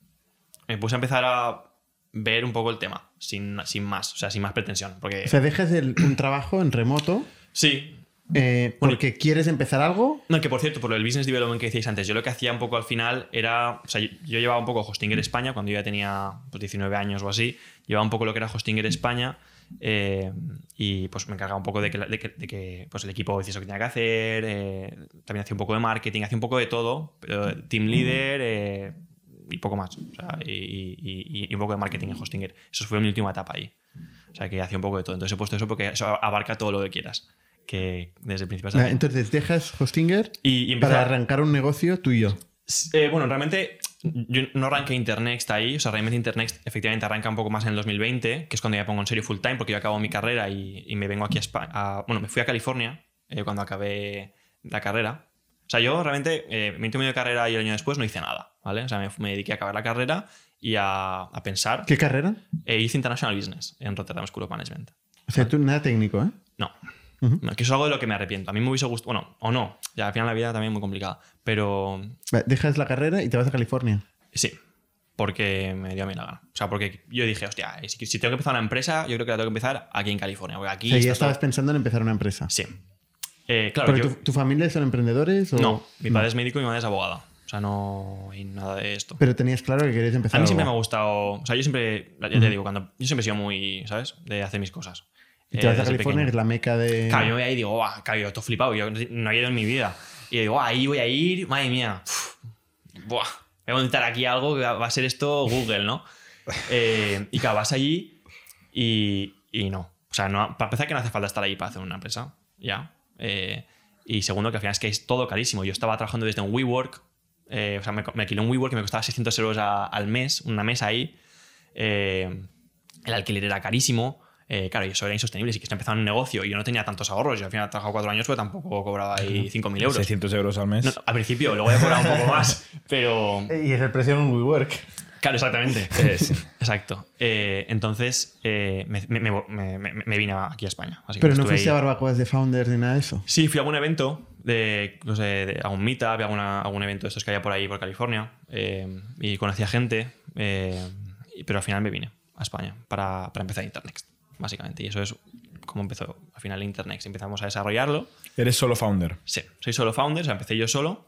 me puse a empezar a ver un poco el tema, sin, sin más, o sea, sin más pretensión. Porque, O sea, dejas el- un trabajo en remoto sí, eh, Bueno, porque quieres empezar algo. no, que por cierto, por lo del business development que decíais antes, yo lo que hacía un poco al final era. O sea, yo, yo llevaba un poco Hostinger España cuando yo ya tenía pues, diecinueve años o así. Llevaba un poco lo que era Hostinger España eh, y pues me encargaba un poco de que, la- de que, de que, pues, el equipo hiciese lo que tenía que hacer. eh, también hacía un poco de marketing, hacía un poco de todo. Pero team leader eh, y poco más. O sea, y, y- y- y un poco de marketing en Hostinger. Eso fue mi última etapa ahí. O sea, que hacía un poco de todo. Entonces he puesto eso porque eso abarca todo lo que quieras. Que desde el principio hasta el Ah, fin. Entonces dejas Hostinger Y, y empecé para a- arrancar un negocio tuyo. Eh, bueno, realmente yo no arranqué Internext ahí, o sea, realmente Internext efectivamente arranca un poco más en el dos mil veinte, que es cuando ya pongo en serio full time, porque yo acabo mi carrera y, y me vengo aquí a España. Bueno, me fui a California eh, cuando acabé la carrera. O sea, yo realmente, eh, mi último año de carrera y el año después no hice nada, ¿vale? O sea, me, me dediqué a acabar la carrera y a, a pensar. ¿Qué carrera? Eh, hice International Business en Rotterdam School of Management. O sea, tú nada técnico, ¿eh? No. Ujú. No, que eso es algo de lo que me arrepiento. A mí me hubiese gustado, bueno, o no, ya al final la vida también es muy complicada, pero Vale, dejas la carrera y te vas a California. sí, porque me dio a mí la gana. O sea, porque yo dije, hostia, si, si tengo que empezar una empresa, yo creo que la tengo que empezar aquí en California. Porque aquí O sea, ya está estabas todo- pensando en empezar una empresa. Sí. Eh, claro, ¿Pero yo... tu, tu familia son emprendedores? O... No, mi padre es médico y mi madre es abogada. O sea, no hay nada de esto. Pero tenías claro que querías empezar A mí siempre me ha algo. gustado... O sea, yo siempre... Ya te Ujú. digo, cuando... Yo siempre he sido muy, ¿sabes? De hacer mis cosas. Y te vas Eh, a desde California, que pequeño. es la meca de... Claro, yo me voy ahí y digo, guau, claro, yo estoy flipado, yo no he ido en mi vida. Y yo digo, guau, ahí voy a ir, madre mía. Uf, buah, voy a montar aquí algo que va a ser esto Google, ¿no? Eh, y claro, vas allí y, y no. O sea, no, para empezar que no hace falta estar ahí para hacer una empresa, ya. Eh, y segundo, que al final es que es todo carísimo. Yo estaba trabajando desde un WeWork, eh, o sea, me, me alquilé un WeWork que me costaba seiscientos euros a- al mes, una mesa ahí. Eh, el alquiler era carísimo. Eh, claro, y eso era insostenible. Si quieres empezar un negocio y yo no tenía tantos ahorros, yo al final he trabajado cuatro años, pero tampoco cobraba ahí cinco mil euros. seiscientos euros al mes. No, no, al principio, luego he cobrado un poco más, pero... Y es el precio de un WeWork. Claro, exactamente. Eh, sí. Exacto. Eh, entonces, eh, me, me, me, me- me vine aquí a España. Así que Pero no estuve fuiste ahí. a barbacoas de founders ni nada de eso. Sí, fui a algún evento, de, no sé, de algún meetup, alguna, algún evento de estos que había por ahí, por California, eh, y conocía gente, eh, y- pero al final me vine a España para, para empezar Internext, básicamente. Y eso es como empezó al final Internext. Empezamos a desarrollarlo. Eres solo founder. Sí, soy solo founder, o sea, empecé yo solo.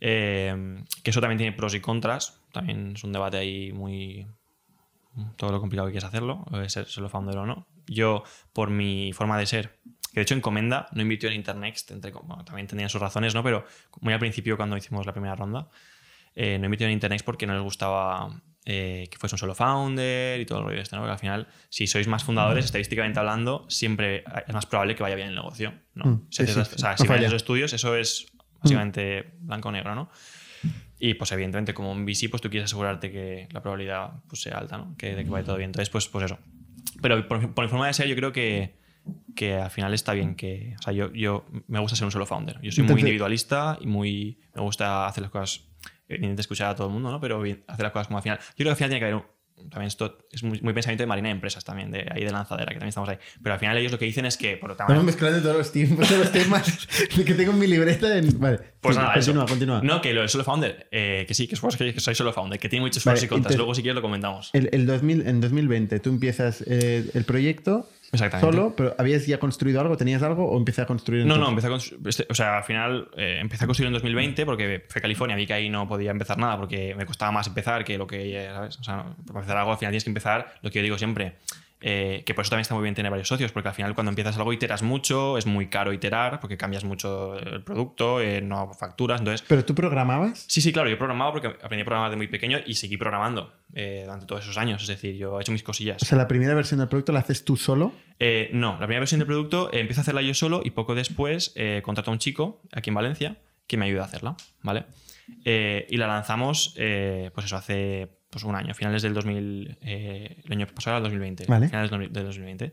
eh, que eso también tiene pros y contras. También es un debate ahí muy... Todo lo complicado que quieres hacerlo, eh, ser solo founder o no. Yo, por mi forma de ser, que de hecho Encomenda no invirtió en Internext, entre, bueno, también tenían sus razones, ¿no? Pero muy al principio, cuando hicimos la primera ronda, eh, no invirtió en Internext porque no les gustaba eh, que fuese un solo founder y todo el rollo este, ¿no? Porque al final, si sois más fundadores, estadísticamente hablando, siempre es más probable que vaya bien el negocio, ¿no? Mm, Si sí, haces- sí, o sea, sí. si No ves falla. los estudios, eso es básicamente blanco o negro, ¿no? Y pues evidentemente como un V C pues tú quieres asegurarte que la probabilidad pues, sea alta, ¿no? Que, de que vaya todo bien. Entonces pues, pues eso. Pero por, por mi forma de ser yo creo que que al final está bien que... O sea, yo, yo me gusta ser un solo founder. Yo soy Entonces, muy individualista y muy... Me gusta hacer las cosas... Intento escuchar a todo el mundo, ¿no? Pero bien, hacer las cosas como al final... Yo creo que al final tiene que haber... Un, también esto es muy, muy pensamiento de Marina de Empresas también, de ahí de Lanzadera, que también estamos ahí. Pero al final ellos lo que dicen es que... Por Estamos tamaño, mezclando todos los tiempos, todos los temas que tengo en mi libreta. En... Vale, pues sí, nada, continúa, eso. continúa. No, que lo de solo founder, eh, que sí, que, es, que soy solo founder, que tiene muchos pros Vale, y contras. entonces, Luego si quieres lo comentamos. El, el dos mil, en dos mil veinte tú empiezas eh, el proyecto Exactamente. solo, pero ¿habías ya construido algo? ¿Tenías algo o empecé a construir? No, entonces? no, empecé a construir. O sea, al final eh, empecé a construir en dos mil veinte porque fue California, vi que ahí no podía empezar nada porque me costaba más empezar que lo que, ¿sabes? O sea, para empezar algo al final tienes que empezar, lo que yo digo siempre, eh, que por eso también está muy bien tener varios socios, porque al final cuando empiezas algo iteras mucho, es muy caro iterar porque cambias mucho el producto, eh, no facturas, entonces... ¿Pero tú programabas? Sí, sí, claro, yo he programado porque aprendí a programar de muy pequeño y seguí programando eh, durante todos esos años, es decir, yo he hecho mis cosillas. O sea, la primera versión del producto la haces tú solo. Eh, no, la primera versión del producto eh, empiezo a hacerla yo solo y poco después eh, contrato a un chico aquí en Valencia que me ayuda a hacerla, ¿vale? Eh, y la lanzamos, eh, pues eso, hace pues un año, finales del dos mil... Eh, el año pasado era el dos mil veinte. Vale. Finales del dos mil veinte.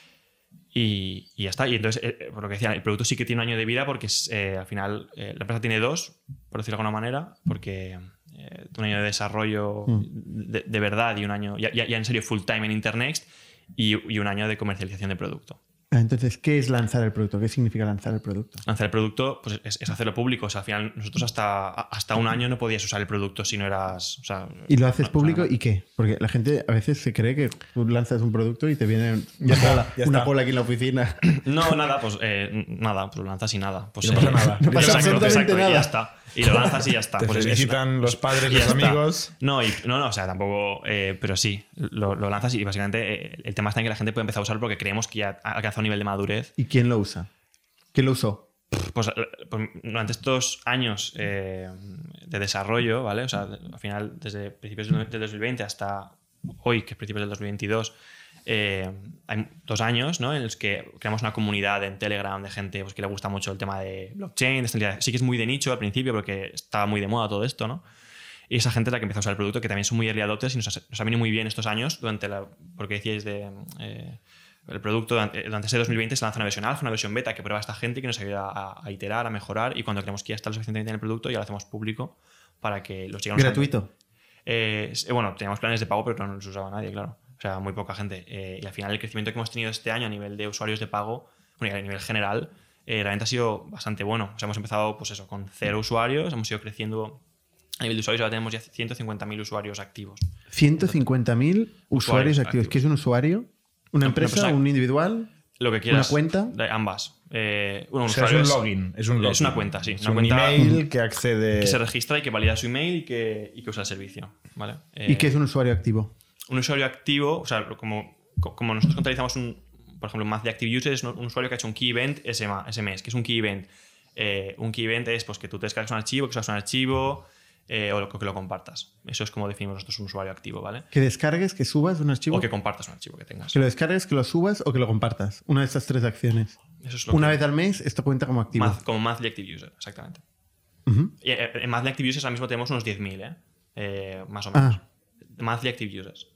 Y, y ya está. Y entonces, eh, por lo que decía, el producto sí que tiene un año de vida porque eh, al final eh, la empresa tiene dos, por decirlo de alguna manera, porque eh, un año de desarrollo mm. de, de verdad y un año, ya, ya, ya en serio, full time en Internext y, y un año de comercialización de producto. Entonces, ¿qué es lanzar el producto? ¿Qué significa lanzar el producto? Lanzar el producto pues es, es hacerlo público. O sea, al final nosotros hasta, hasta un año no podías usar el producto si no eras... O sea, ¿Y lo haces no, público o sea, y qué? Porque la gente a veces se cree que tú lanzas un producto y te viene Ya una, está, pola, ya una está. pola aquí en la oficina. No, nada, pues eh, nada, pues lo lanzas y nada. Pues, Y no pasa eh, nada. No pasa exacto, absolutamente exacto, nada. Y ya está. Y lo lanzas y ya está. Te Pues es- felicitan es- los padres, y ya los está. amigos. No, y, no, no, o sea, tampoco. Eh, pero sí, lo, lo lanzas y básicamente eh, el tema está en que la gente puede empezar a usar porque creemos que ya ha alcanzado un nivel de madurez. ¿Y quién lo usa? ¿Quién lo usó? Pues, pues durante estos años eh, de desarrollo, ¿vale? O sea, al final, desde principios del dos mil veinte hasta hoy, que es principios del dos mil veintidós, eh, hay dos años, ¿no? En los que creamos una comunidad en Telegram de gente pues, que le gusta mucho el tema de blockchain, de descentralización. Sí que es muy de nicho al principio porque estaba muy de moda todo esto, ¿no? Y esa gente es la que empezó a usar el producto, que también son muy early adopters y nos ha, nos ha venido muy bien estos años durante la... Porque decíais de... Eh, el producto durante, durante ese dos mil veinte se lanza una versión alfa, una versión beta que prueba a esta gente y que nos ayuda a, a iterar, a mejorar y cuando creemos que ya está lo suficientemente en el producto ya lo hacemos público para que los sigan usando. ¿Gratuito? Eh, eh, bueno, teníamos planes de pago pero no los usaba nadie, claro. O sea, muy poca gente. Eh, y al final el crecimiento que hemos tenido este año a nivel de usuarios de pago, bueno, a nivel general, eh, realmente ha sido bastante bueno. O sea, hemos empezado pues eso, con cero usuarios, hemos ido creciendo a nivel de usuarios, ahora tenemos ya ciento cincuenta mil usuarios activos. ciento cincuenta mil usuarios Usuarios activos. activos. ¿Qué es un usuario? ¿Una Una empresa? persona- ¿Un individual? Lo que quieras. ¿Una cuenta? De ambas. Eh, bueno, O un sea, es usuario un login. Es un login. Es una cuenta, sí. Es Una un cuenta email que accede... que se registra y que valida su email y que, y que usa el servicio. ¿Vale? ¿Y Eh, qué es un usuario activo? Un usuario activo, o sea, como, como nosotros contabilizamos un, por ejemplo, un monthly active user, es un usuario que ha hecho un key event ese, ma- ese mes. ¿Qué es un key event? Eh, un key event es pues, que tú te descargas un archivo, que usas un archivo eh, o lo- que lo compartas. Eso es como definimos nosotros un usuario activo, ¿vale? Que descargues, que subas un archivo. O que compartas un archivo que tengas. Que lo descargues, que lo subas o que lo compartas. Una de estas tres acciones. Eso es lo Una que- vez al mes, esto cuenta como activo. Month- como monthly active user, exactamente. Ujú. Y, eh, en monthly active users ahora mismo tenemos unos diez mil, ¿eh? Eh, más o menos. Ah. Monthly active users.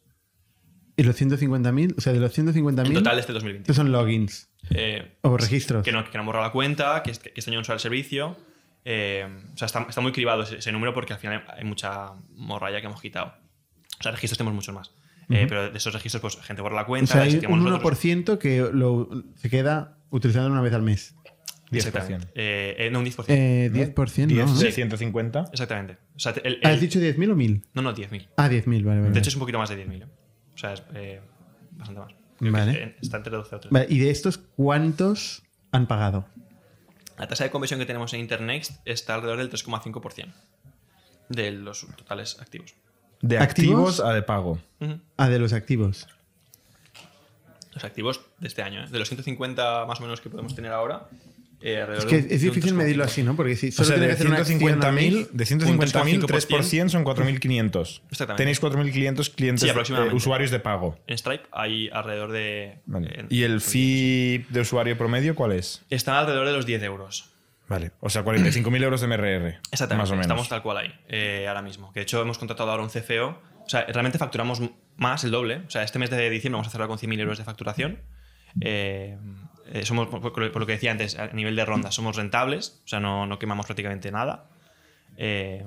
¿Y los ciento cincuenta mil? O sea, de los ciento cincuenta En mil, total este dos mil veinte. estos son logins Eh, o registros. que no, que no han borrado la cuenta, que, este- que este año han usado el servicio. Eh, o sea, está, está muy cribado ese, ese número porque al final hay mucha morralla que hemos quitado. O sea, registros tenemos muchos más. Eh, pero de esos registros, pues gente borra la O cuenta. sea, la hay gestionamos un uno nosotros. por ciento que lo, se queda utilizando una vez al mes. diez por Exactamente. ciento. Eh, eh, no, un diez por ciento. Eh, diez por ciento, ¿no? diez de ¿no? ciento cincuenta. Exactamente. O sea, el- el- ¿Has dicho diez mil o mil? No, no, diez mil. Ah, diez mil, vale, vale. De hecho, es un poquito más de diez mil. ¿eh? O sea, es eh, bastante más. Creo que Vale. es- eh, está entre doce o trece. Vale, ¿y de estos cuántos han pagado? La tasa de conversión que tenemos en Internext está alrededor del tres coma cinco por ciento de los totales activos. De ¿Activos? activos a de pago. Ujú. Ah, de los activos. Los activos de este año, ¿eh? De los ciento cincuenta más o menos que podemos tener ahora, eh, alrededor Es que de un- es de un difícil tres coma cinco. medirlo así, ¿no? Porque si O solo sea, tiene de que hacer una acción ciento cincuenta al mil, mes, de ciento cincuenta mil, un tres por ciento son cuatro mil quinientos. Exactamente. Tenéis cuatro mil quinientos clientes, Sí, aproximadamente. eh, usuarios de pago. En Stripe hay alrededor de... Vale. eh, ¿Y el fee de usuario promedio cuál es? Están alrededor de los diez euros. Vale. O sea, cuarenta y cinco mil euros de M R R. Exactamente. Más o menos. Estamos tal cual ahí, eh, ahora mismo. Que de hecho hemos contratado ahora un C F O. O sea, realmente facturamos más, el doble. O sea, este mes de diciembre vamos a cerrar con cien mil euros de facturación. Eh, eh, somos, por, por lo que decía antes, a nivel de ronda, somos rentables, o sea, no, no quemamos prácticamente nada. Eh,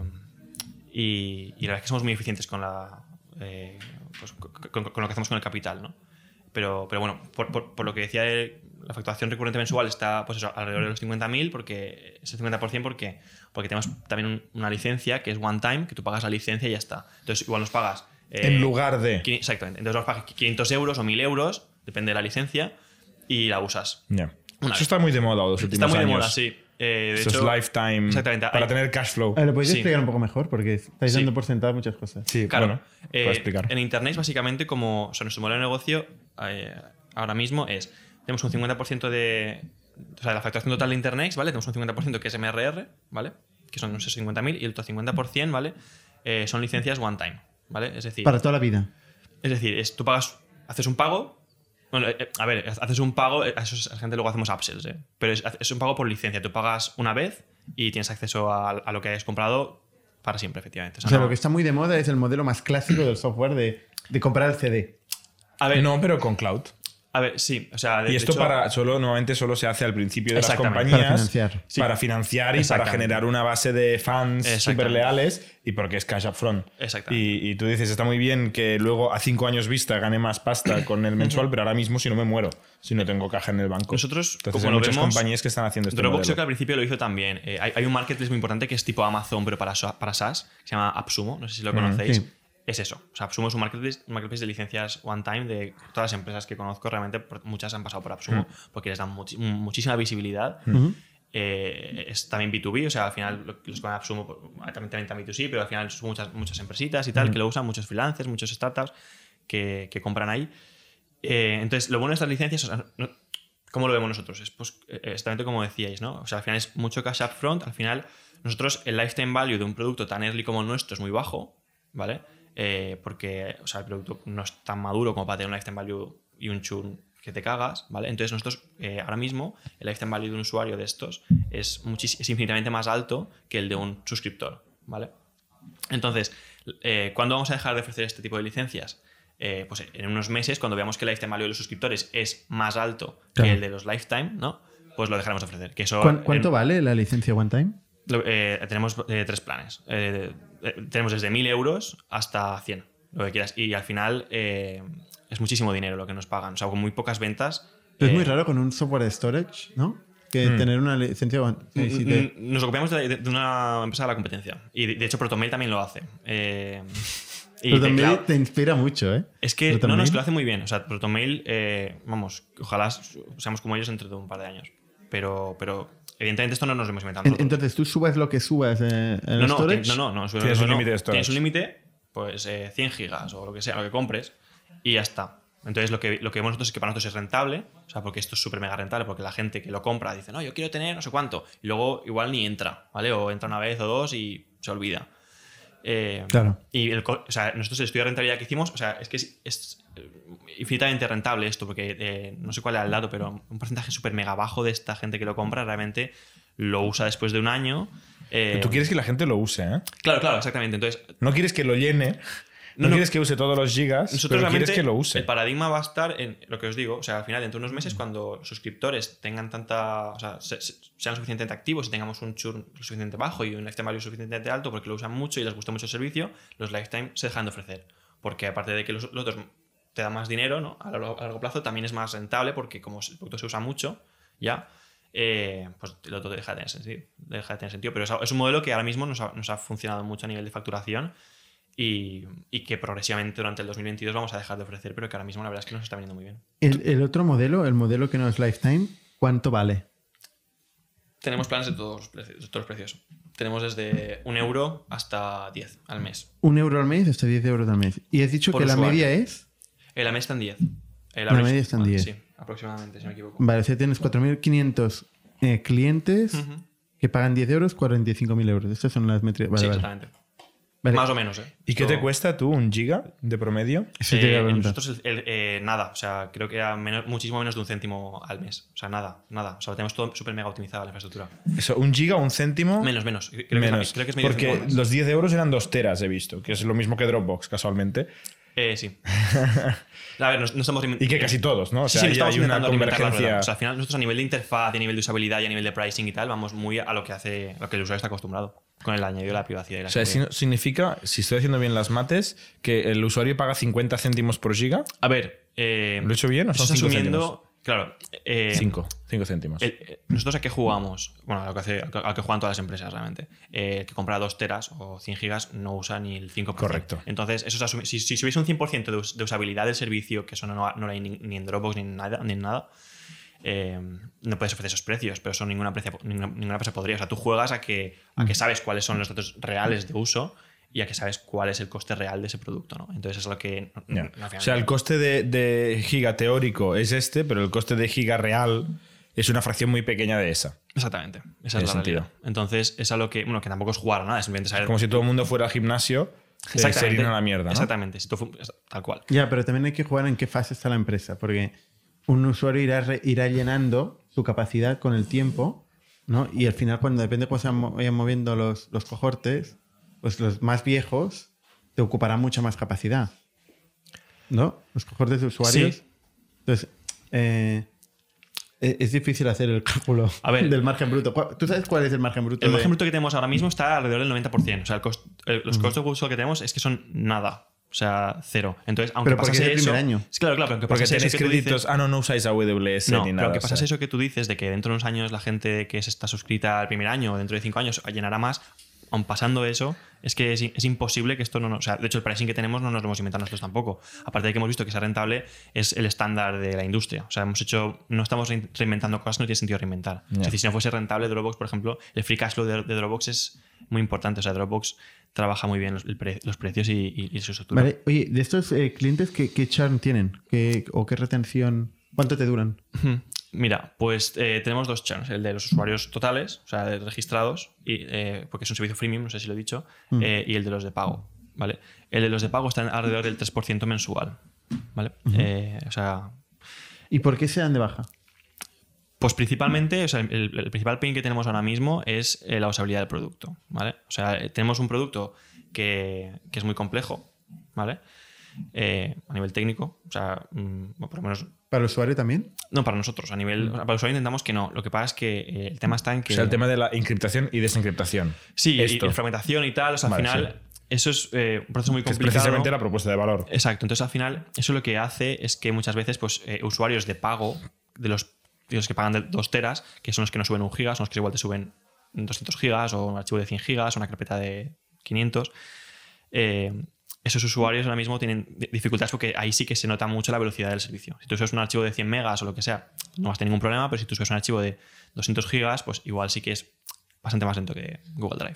y, y la verdad es que somos muy eficientes con, la, eh, pues, con, con lo que hacemos con el capital, ¿no? Pero, pero bueno, por, por, por lo que decía, eh, la facturación recurrente mensual está pues eso, alrededor de los cincuenta mil, porque es el cincuenta por ciento porque, porque tenemos también un, una licencia que es one time, que tú pagas la licencia y ya está. Entonces, igual nos pagas... Eh, en lugar de... Exactamente. Entonces nos pagas quinientos euros o mil euros, depende de la licencia, y la usas. Yeah. Eso vez. está muy de moda los últimos años. Está muy años. de moda, sí. Eh, de Eso hecho, es lifetime exactamente. para Hay, tener cash flow. ¿Lo podéis Sí. explicar un poco mejor? Porque estáis Sí. dando por sentado muchas cosas. Sí, Claro. bueno, Eh, puedo explicar. En Internet, básicamente, como o sea, nuestro modelo de negocio eh, ahora mismo es: tenemos un cincuenta por ciento de. O sea, de la facturación total de Internet, ¿vale? Tenemos un cincuenta por ciento que es M R R, ¿vale? Que son unos cincuenta mil, y el otro cincuenta por ciento, ¿vale? Eh, son licencias one time, ¿vale? Es decir, Para toda la vida. es decir, es, tú pagas, haces un pago. Bueno, eh, a ver, haces un pago, a eso a la gente luego hacemos upsells, ¿eh? Pero es, es un pago por licencia. Tú pagas una vez y tienes acceso a, a lo que hayas comprado para siempre, efectivamente. O sea, O sea, no- lo que está muy de moda es el modelo más clásico del software de, de comprar el C D. a ver, No, pero con cloud. a ver, sí. O sea, de, Y de esto hecho- para solo normalmente solo se hace al principio de las Exactamente. compañías Para financiar. Sí. para financiar y para Exactamente. generar una base de fans Exactamente. súper leales y porque es cash upfront. Exactamente. Y, y tú dices, está muy bien que luego a cinco años vista gane más pasta con el mensual, pero ahora mismo si no me muero, si no tengo caja en el banco. Nosotros, Entonces como hay lo muchas vemos, compañías que están haciendo este Dropbox modelo. creo que al principio lo hizo también. Eh, hay, hay un marketplace muy importante que es tipo Amazon, pero para, so- para SaaS, que se llama AppSumo. No sé si lo conocéis. sí. Es eso. O sea, AppSumo es un marketplace, un marketplace de licencias one time de todas las empresas que conozco. Realmente por- muchas han pasado por AppSumo porque les dan muchi- muchísima visibilidad. Eh, es también B dos B, o sea, al final lo- los que van a AppSumo pues, también, también, también B dos C, pero al final son muchas, muchas empresitas y tal que lo usan, muchos freelancers, muchos startups que, que compran ahí. Eh, entonces, lo bueno de estas licencias, o sea, no- ¿cómo lo vemos nosotros? Es pues, eh, exactamente como decíais, ¿no? O sea, al final es mucho cash up front. Al final, nosotros, el lifetime value de un producto tan early como el nuestro es muy bajo, ¿vale? Eh, porque, o sea, el producto no es tan maduro como para tener un lifetime value y un churn que te cagas, ¿vale? Entonces, nosotros, eh, ahora mismo, el lifetime value de un usuario de estos es, muchis- es infinitamente más alto que el de un suscriptor, ¿vale? Entonces, eh, ¿cuándo vamos a dejar de ofrecer este tipo de licencias? Eh, pues en unos meses, cuando veamos que el lifetime value de los suscriptores es más alto Claro. que el de los lifetime, ¿no? Pues lo dejaremos de ofrecer. Que eso, ¿Cuán- ¿Cuánto en- vale la licencia One Time? lo- eh, tenemos eh, tres planes. Eh, eh, tenemos desde mil euros hasta cien, lo que quieras. Y al final eh, es muchísimo dinero lo que nos pagan. O sea, con muy pocas ventas. Pero es eh, muy raro con un software de storage, ¿no? Que Mm. tener una licencia One Time. n- n- Nos ocupamos de, de una empresa de la competencia. Y de, de hecho, Protonmail también lo hace. Eh, y Pero de también cloud- te inspira mucho, ¿eh? Es que, no, Protonmail. no, es que lo hace muy bien. O sea, Protonmail, eh, vamos, ojalá seamos como ellos dentro de un par de años. Pero, pero evidentemente esto no nos lo hemos inventado En- nosotros. Entonces, tú subas lo que subas eh, en no, el no, storage. ti- no, no, no, sube- Tienes no, un no. límite de storage. Tienes un límite, pues eh, cien gigas o lo que sea, lo que compres, y ya está. Entonces lo que, lo que vemos nosotros es que para nosotros es rentable, o sea, porque esto es súper mega rentable, porque la gente que lo compra dice, no, yo quiero tener no sé cuánto, y luego igual ni entra, ¿vale? O entra una vez o dos y se olvida. Eh, Claro. Y el, co- o sea, nosotros el estudio de rentabilidad que hicimos, o sea, es que es, es infinitamente rentable esto, porque eh, no sé cuál es el dato, pero un porcentaje súper mega bajo de esta gente que lo compra realmente lo usa después de un año. Eh, Tú quieres que la gente lo use, ¿eh? Claro, claro, exactamente. Entonces, No quieres que lo llene, no, No, no. quieres que use todos los gigas, nosotros pero quieres realmente que lo use. el paradigma va a estar en lo que os digo, o sea, al final dentro de unos meses cuando los suscriptores tengan tanta, o sea, se- se- sean suficientemente activos y tengamos un churn lo suficientemente bajo y un lifetime value suficientemente alto porque lo usan mucho y les gusta mucho el servicio, los lifetime se dejan de ofrecer, porque aparte de que los, los otros te dan más dinero, ¿no? A largo, a largo plazo también es más rentable porque como el producto se usa mucho ya, eh, pues el otro deja de tener sentido, deja de tener sentido, pero es, es un modelo que ahora mismo nos ha, nos ha funcionado mucho a nivel de facturación. Y, y que progresivamente durante el dos mil veintidós vamos a dejar de ofrecer, pero que ahora mismo la verdad es que nos está viniendo muy bien. El, el otro modelo, el modelo que no es Lifetime, ¿cuánto vale? Tenemos planes de todos los precios. De todos los precios. Tenemos desde un euro hasta diez al mes. Un euro al mes hasta diez euros al mes. Y has dicho Por que la usuario. media es. El a mes está en diez. El La average- media está en diez. Sí, aproximadamente, si no me equivoco. Vale, o sea, tienes cuatro mil quinientos eh, clientes Ujú. que pagan diez euros, cuarenta y cinco mil euros. Estas son las métricas. Vale, Sí, vale. exactamente. Vale. Más o menos, ¿eh? ¿Y qué Esto- te cuesta tú un giga de promedio? Eso te iba a Eh, preguntar. nosotros el- el- eh, nada, o sea, creo que era menos- muchísimo menos de un céntimo al mes. O sea, nada, nada. O sea, lo tenemos todo súper mega optimizado la infraestructura. Eso, un giga o un céntimo. Menos, menos. Creo menos. Que, creo que es medio Porque céntimo al mes. los diez euros eran dos teras, he visto, que es lo mismo que Dropbox, casualmente. Eh, sí. A ver, no, no estamos... Y que casi todos, ¿no? O sea, sí, sí, hay, estamos hay una intentando reinventar la rueda. convergencia. O sea, al final nosotros a nivel de interfaz, y a nivel de usabilidad y a nivel de pricing y tal, vamos muy a lo que hace, lo que el usuario está acostumbrado, con el añadido de la privacidad y la O sea, seguridad. significa, si estoy haciendo bien las mates, que el usuario paga cincuenta céntimos por giga. A ver... Eh, ¿Lo he hecho bien o son estás cinco asumiendo, céntimos? Claro. Eh, cinco céntimos. El, eh, nosotros a qué jugamos, bueno, a lo que, hace, a lo que juegan todas las empresas realmente. Eh, el que compra dos teras o cien gigas no usa ni el cinco por ciento. Correcto. Entonces, eso es asumi- si, si hubiese un cien por ciento de, us- de usabilidad del servicio, que eso no, no, no lo hay ni, ni en Dropbox ni en nada, ni en nada eh, no puedes ofrecer esos precios, pero eso ninguna empresa, ninguna, ninguna empresa podría. O sea, tú juegas a que, a que sabes cuáles son los datos reales de uso y a que sabes cuál es el coste real de ese producto, ¿no? Entonces es lo que... Ya. al final- O sea, el coste de, de giga teórico es este, pero el coste de giga real es una fracción muy pequeña de esa. Exactamente. Esa Tiene es la sentido. realidad. Entonces es a lo que... Bueno, que tampoco es jugar a nada, es simplemente saber... Como si todo el mundo fuera al gimnasio, eh, sería una mierda, ¿no? Exactamente. Si tú fu- tal cual. Ya, pero también hay que jugar en qué fase está la empresa, porque un usuario irá, re- irá llenando su capacidad con el tiempo, ¿no? Y al final, cuando depende de cómo se vayan mo- vayan moviendo los, los cohortes, pues los más viejos te ocuparán mucha más capacidad, ¿no? Los cohortes de usuarios. Sí. Entonces, eh, es, es difícil hacer el cálculo A ver. del margen bruto. ¿Cuál- ¿Tú sabes cuál es el margen bruto? El de- margen bruto que tenemos ahora mismo está alrededor del noventa por ciento. O sea, el cost- el- los costos de uso que tenemos es que son nada. O sea, cero. Entonces, aunque Pero porque pasase es el eso... primer año. Sí, claro, claro. Pero aunque Porque pasase tenéis eso que tú créditos. dices- Ah, no, no usáis A W S No, ni pero nada. lo que o pasa sea. es eso que tú dices de que dentro de unos años la gente que se está suscrita al primer año o dentro de cinco años llenará más. Aun pasando eso, es que es, es imposible que esto no... no- O sea, de hecho, el pricing que tenemos no nos lo hemos inventado nosotros tampoco. Aparte de que hemos visto que sea rentable, es el estándar de la industria. O sea, hemos hecho... No estamos rein- reinventando cosas, no tiene sentido reinventar. Ya. Es decir, si no fuese rentable, Dropbox, por ejemplo, el free cash flow de, de Dropbox es muy importante. O sea, Dropbox trabaja muy bien los, el pre- los precios y, y, y su estructura. Vale, oye, de estos eh, clientes, ¿qué, qué churn tienen? ¿Qué, ¿O qué retención? ¿Cuánto te duran? Ujú. Mira, pues eh, tenemos dos churns, el de los usuarios totales, o sea, de registrados, y, eh, porque es un servicio freemium, no sé si lo he dicho, Mm. eh, y el de los de pago, ¿vale? El de los de pago está en alrededor del tres por ciento mensual, ¿vale? Eh, o sea, ¿Y por qué se dan de baja? pues principalmente, o sea, el, el principal pain que tenemos ahora mismo es eh, la usabilidad del producto, ¿vale? O sea, eh, tenemos un producto que, que es muy complejo, ¿vale? Eh, a nivel técnico, o sea, mm, bueno, por lo menos... ¿Para el usuario también? No, para nosotros, a nivel... o sea, para el usuario intentamos que no. Lo que pasa es que eh, el tema está en que... O sea, el tema de la encriptación y desencriptación. Sí, y, Esto. y fragmentación y tal. O sea, Vale, al final, eso es eh, un proceso muy Que es complicado. precisamente la propuesta de valor. Exacto. Entonces, al final, eso lo que hace es que muchas veces, pues, eh, usuarios de pago, de los, de los que pagan de dos teras, que son los que no suben un giga, son los que igual te suben doscientos gigas o un archivo de cien gigas o una carpeta de quinientos, eh, esos usuarios ahora mismo tienen di- dificultades porque ahí sí que se nota mucho la velocidad del servicio. Si tú subes un archivo de cien megas o lo que sea, no vas a tener ningún problema, pero si tú subes un archivo de doscientos gigas, pues igual sí que es bastante más lento que Google Drive.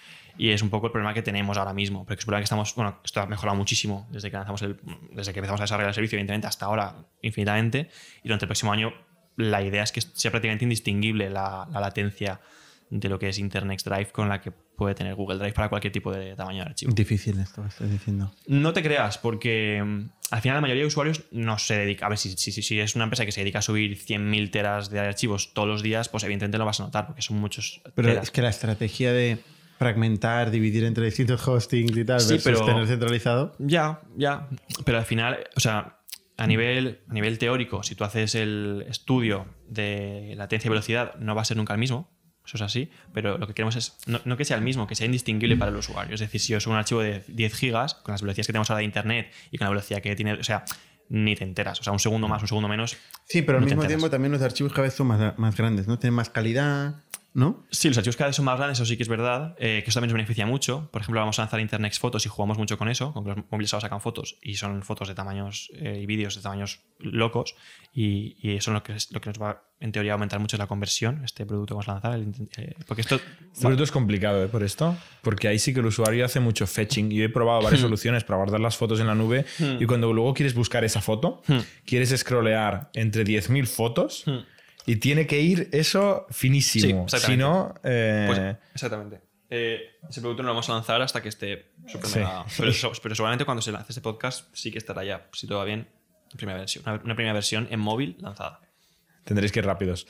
Y es un poco el problema que tenemos ahora mismo, porque es un problema que estamos, bueno, esto ha mejorado muchísimo desde que lanzamos el, desde que empezamos a desarrollar el servicio, evidentemente, hasta ahora infinitamente, y durante el próximo año la idea es que sea prácticamente indistinguible la, la latencia de lo que es Internet Drive con la que puede tener Google Drive para cualquier tipo de tamaño de archivo. Difícil esto que estás diciendo. No te creas, porque mm, al final la mayoría de usuarios no se dedica. A ver, si, si, si es una empresa que se dedica a subir cien mil teras de archivos todos los días, pues evidentemente lo vas a notar, porque son muchos. Pero teras. es que la estrategia de fragmentar, dividir entre distintos hostings y tal, Sí, versus pero- tener centralizado. Ya, ya. Pero al final, o sea, a nivel, a nivel teórico, si tú haces el estudio de latencia y velocidad, no va a ser nunca el mismo. Eso es así. Pero lo que queremos es no, no que sea el mismo, que sea indistinguible para el usuario. Es decir, si yo subo un archivo de diez gigas, con las velocidades que tenemos ahora de internet y con la velocidad que tiene, o sea, ni te enteras. O sea, un segundo más, un segundo menos. Sí, pero al no te mismo enteras. tiempo también los archivos cada vez son más, más grandes, ¿no? Tienen más calidad, ¿no? Sí, los archivos cada vez son más grandes, eso sí que es verdad, eh, que eso también nos beneficia mucho. Por ejemplo, vamos a lanzar Internet Fotos y jugamos mucho con eso, con que los móviles ahora sacan fotos y son fotos de tamaños eh, y vídeos de tamaños locos, y, y eso es lo que, es lo que nos va, en teoría, a aumentar mucho la conversión, este producto que vamos a lanzar. el- eh, porque esto... Este producto es complicado, ¿eh? Por esto. Porque ahí sí que el usuario hace mucho fetching. Yo he probado varias soluciones para guardar las fotos en la nube y cuando luego quieres buscar esa foto, quieres scrollear entre diez mil fotos y tiene que ir eso finísimo. Sí, si no... eh, Pues, exactamente. Eh, ese producto no lo vamos a lanzar hasta que esté super Sí. mega- Pero, so- pero seguramente cuando se lance este podcast sí que estará ya, si todo va bien, primera versión, una, una primera versión en móvil lanzada. Tendréis que ir rápidos.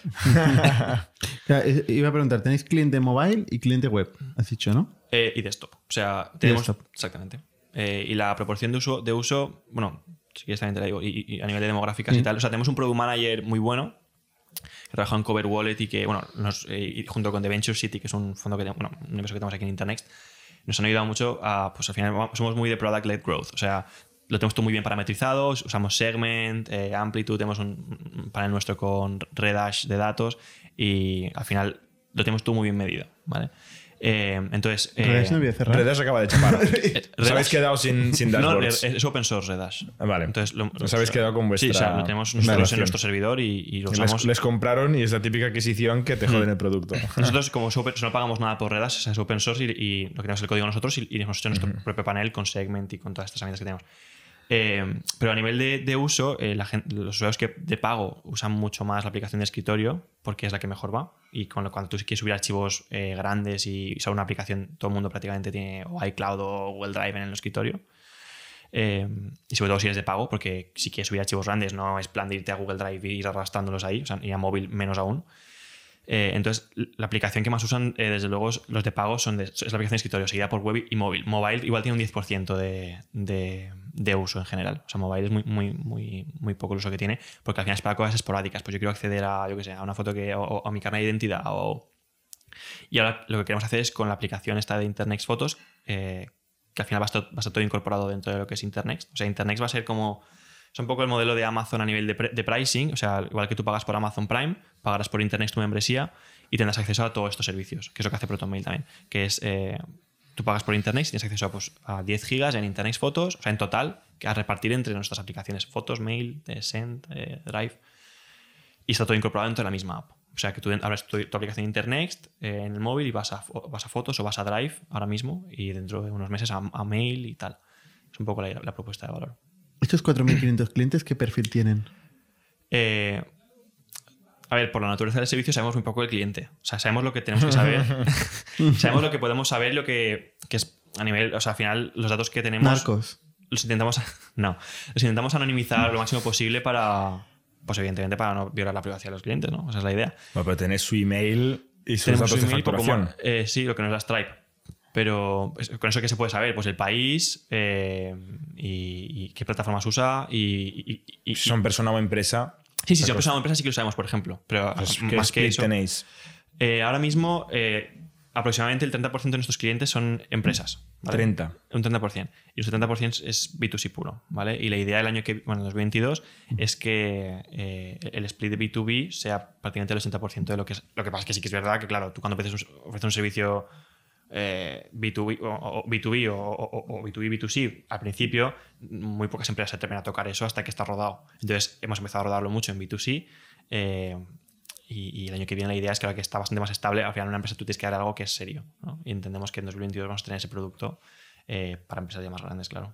O sea, es- iba a preguntar, tenéis cliente mobile y cliente web, has dicho, ¿no? Eh, y desktop. O sea, tenemos. desktop. Exactamente. Eh, y la proporción de uso, de uso, bueno, si quieres también te la digo, y, y a nivel de demográficas sí. y tal. O sea, tenemos un product manager muy bueno que trabaja en Cover Wallet y que, bueno, nos, eh, junto con The Venture City, que es un fondo que, bueno, un inversor que tenemos aquí en Internext, nos han ayudado mucho a, pues al final somos muy de product-led growth. O sea, lo tenemos todo muy bien parametrizado, usamos Segment, eh, Amplitude, tenemos un, un panel nuestro con Redash de datos y al final lo tenemos todo muy bien medido, ¿vale? Eh, entonces, eh, Redash no voy a cerrar. Redash acaba de chapar. Os habéis quedado sin, sin dashboards. No, es open source Redash. Vale. Entonces, lo, os habéis quedado con vuestra. Sí, o sea, lo tenemos nosotros en nuestro servidor y, y lo usamos. Les, les compraron y es la típica adquisición que te joden mm. el producto. Nosotros, como open, no pagamos nada por Redash, o sea, es open source y, y lo que tenemos es el código nosotros y, y hemos hecho nuestro mm-hmm. propio panel con Segment y con todas estas herramientas que tenemos. Eh, pero a nivel de, de uso, eh, la gente, los usuarios que de pago usan mucho más la aplicación de escritorio porque es la que mejor va. Y con lo, cuando tú quieres subir archivos eh, grandes y usar una aplicación, todo el mundo prácticamente tiene o iCloud o Google Drive en el escritorio. Eh, y sobre todo si eres de pago, porque si quieres subir archivos grandes no es plan de irte a Google Drive y ir arrastrándolos ahí, o sea, y a móvil menos aún. Eh, entonces, la aplicación que más usan, eh, desde luego, los de pago son de, es la aplicación de escritorio, seguida por web y móvil. Mobile igual tiene un diez por ciento de, de, de uso en general. O sea, mobile es muy, muy, muy, muy poco el uso que tiene, porque al final es para cosas esporádicas. Pues yo quiero acceder a, yo qué sé, a una foto que, o, o a mi carnet de identidad. O... Y ahora lo que queremos hacer es con la aplicación esta de Internext Fotos, eh, que al final va a, estar, va a estar todo incorporado dentro de lo que es Internext. O sea, Internext va a ser como... Es un poco el modelo de Amazon a nivel de, de pricing, o sea, igual que tú pagas por Amazon Prime, pagarás por Internext tu membresía y tendrás acceso a todos estos servicios, que es lo que hace ProtonMail también, que es, eh, tú pagas por Internext y tienes acceso a, pues, a diez gigas en Internext Fotos, o sea, en total, que a repartir entre nuestras aplicaciones, Fotos, Mail, eh, Send, eh, Drive, y está todo incorporado dentro de la misma app. O sea, que tú abres tu, tu aplicación Internext eh, en el móvil y vas a, vas a Fotos o vas a Drive ahora mismo y dentro de unos meses a, a Mail y tal. Es un poco la, la propuesta de valor. ¿Estos cuatro mil quinientos clientes qué perfil tienen? Eh, a ver, por la naturaleza del servicio sabemos muy poco del cliente. O sea, sabemos lo que tenemos que saber. Sabemos lo que podemos saber, lo que, que es a nivel... O sea, al final, los datos que tenemos... Narcos. Los intentamos... No. Los intentamos anonimizar lo máximo posible para... Pues evidentemente para no violar la privacidad de los clientes, ¿no? Esa es la idea. Bueno, pero tenés su email y sus tenemos datos su de email, facturación. Como, eh, sí, lo que nos da Stripe. Pero con eso, ¿qué se puede saber? Pues el país eh, y, y qué plataformas usa y... y, y si son persona o empresa... Sí, sí, si son persona o empresa sí que lo sabemos, por ejemplo. Pero pues, más ¿qué que eso... tenéis? Eh, ahora mismo, eh, aproximadamente el treinta por ciento de nuestros clientes son empresas. ¿vale? treinta. Un treinta por ciento. Y un setenta por ciento es B dos C puro. ¿vale? Y la idea del año que... Bueno, dos mil veintidós mm. es que eh, el split de B dos B sea prácticamente el ochenta por ciento de lo que es... Lo que pasa es que sí que es verdad que, claro, tú cuando ofreces un, ofreces un servicio... Eh, B dos B o, o B dos B o, o, o B dos B, B dos C, al principio muy pocas empresas se atreven a tocar eso hasta que está rodado. Entonces hemos empezado a rodarlo mucho en B dos C eh, y, y el año que viene la idea es que ahora que está bastante más estable, al final en una empresa tú tienes que dar algo que es serio, ¿no? Y entendemos que en dos mil veintidós vamos a tener ese producto eh, para empresas ya más grandes, claro.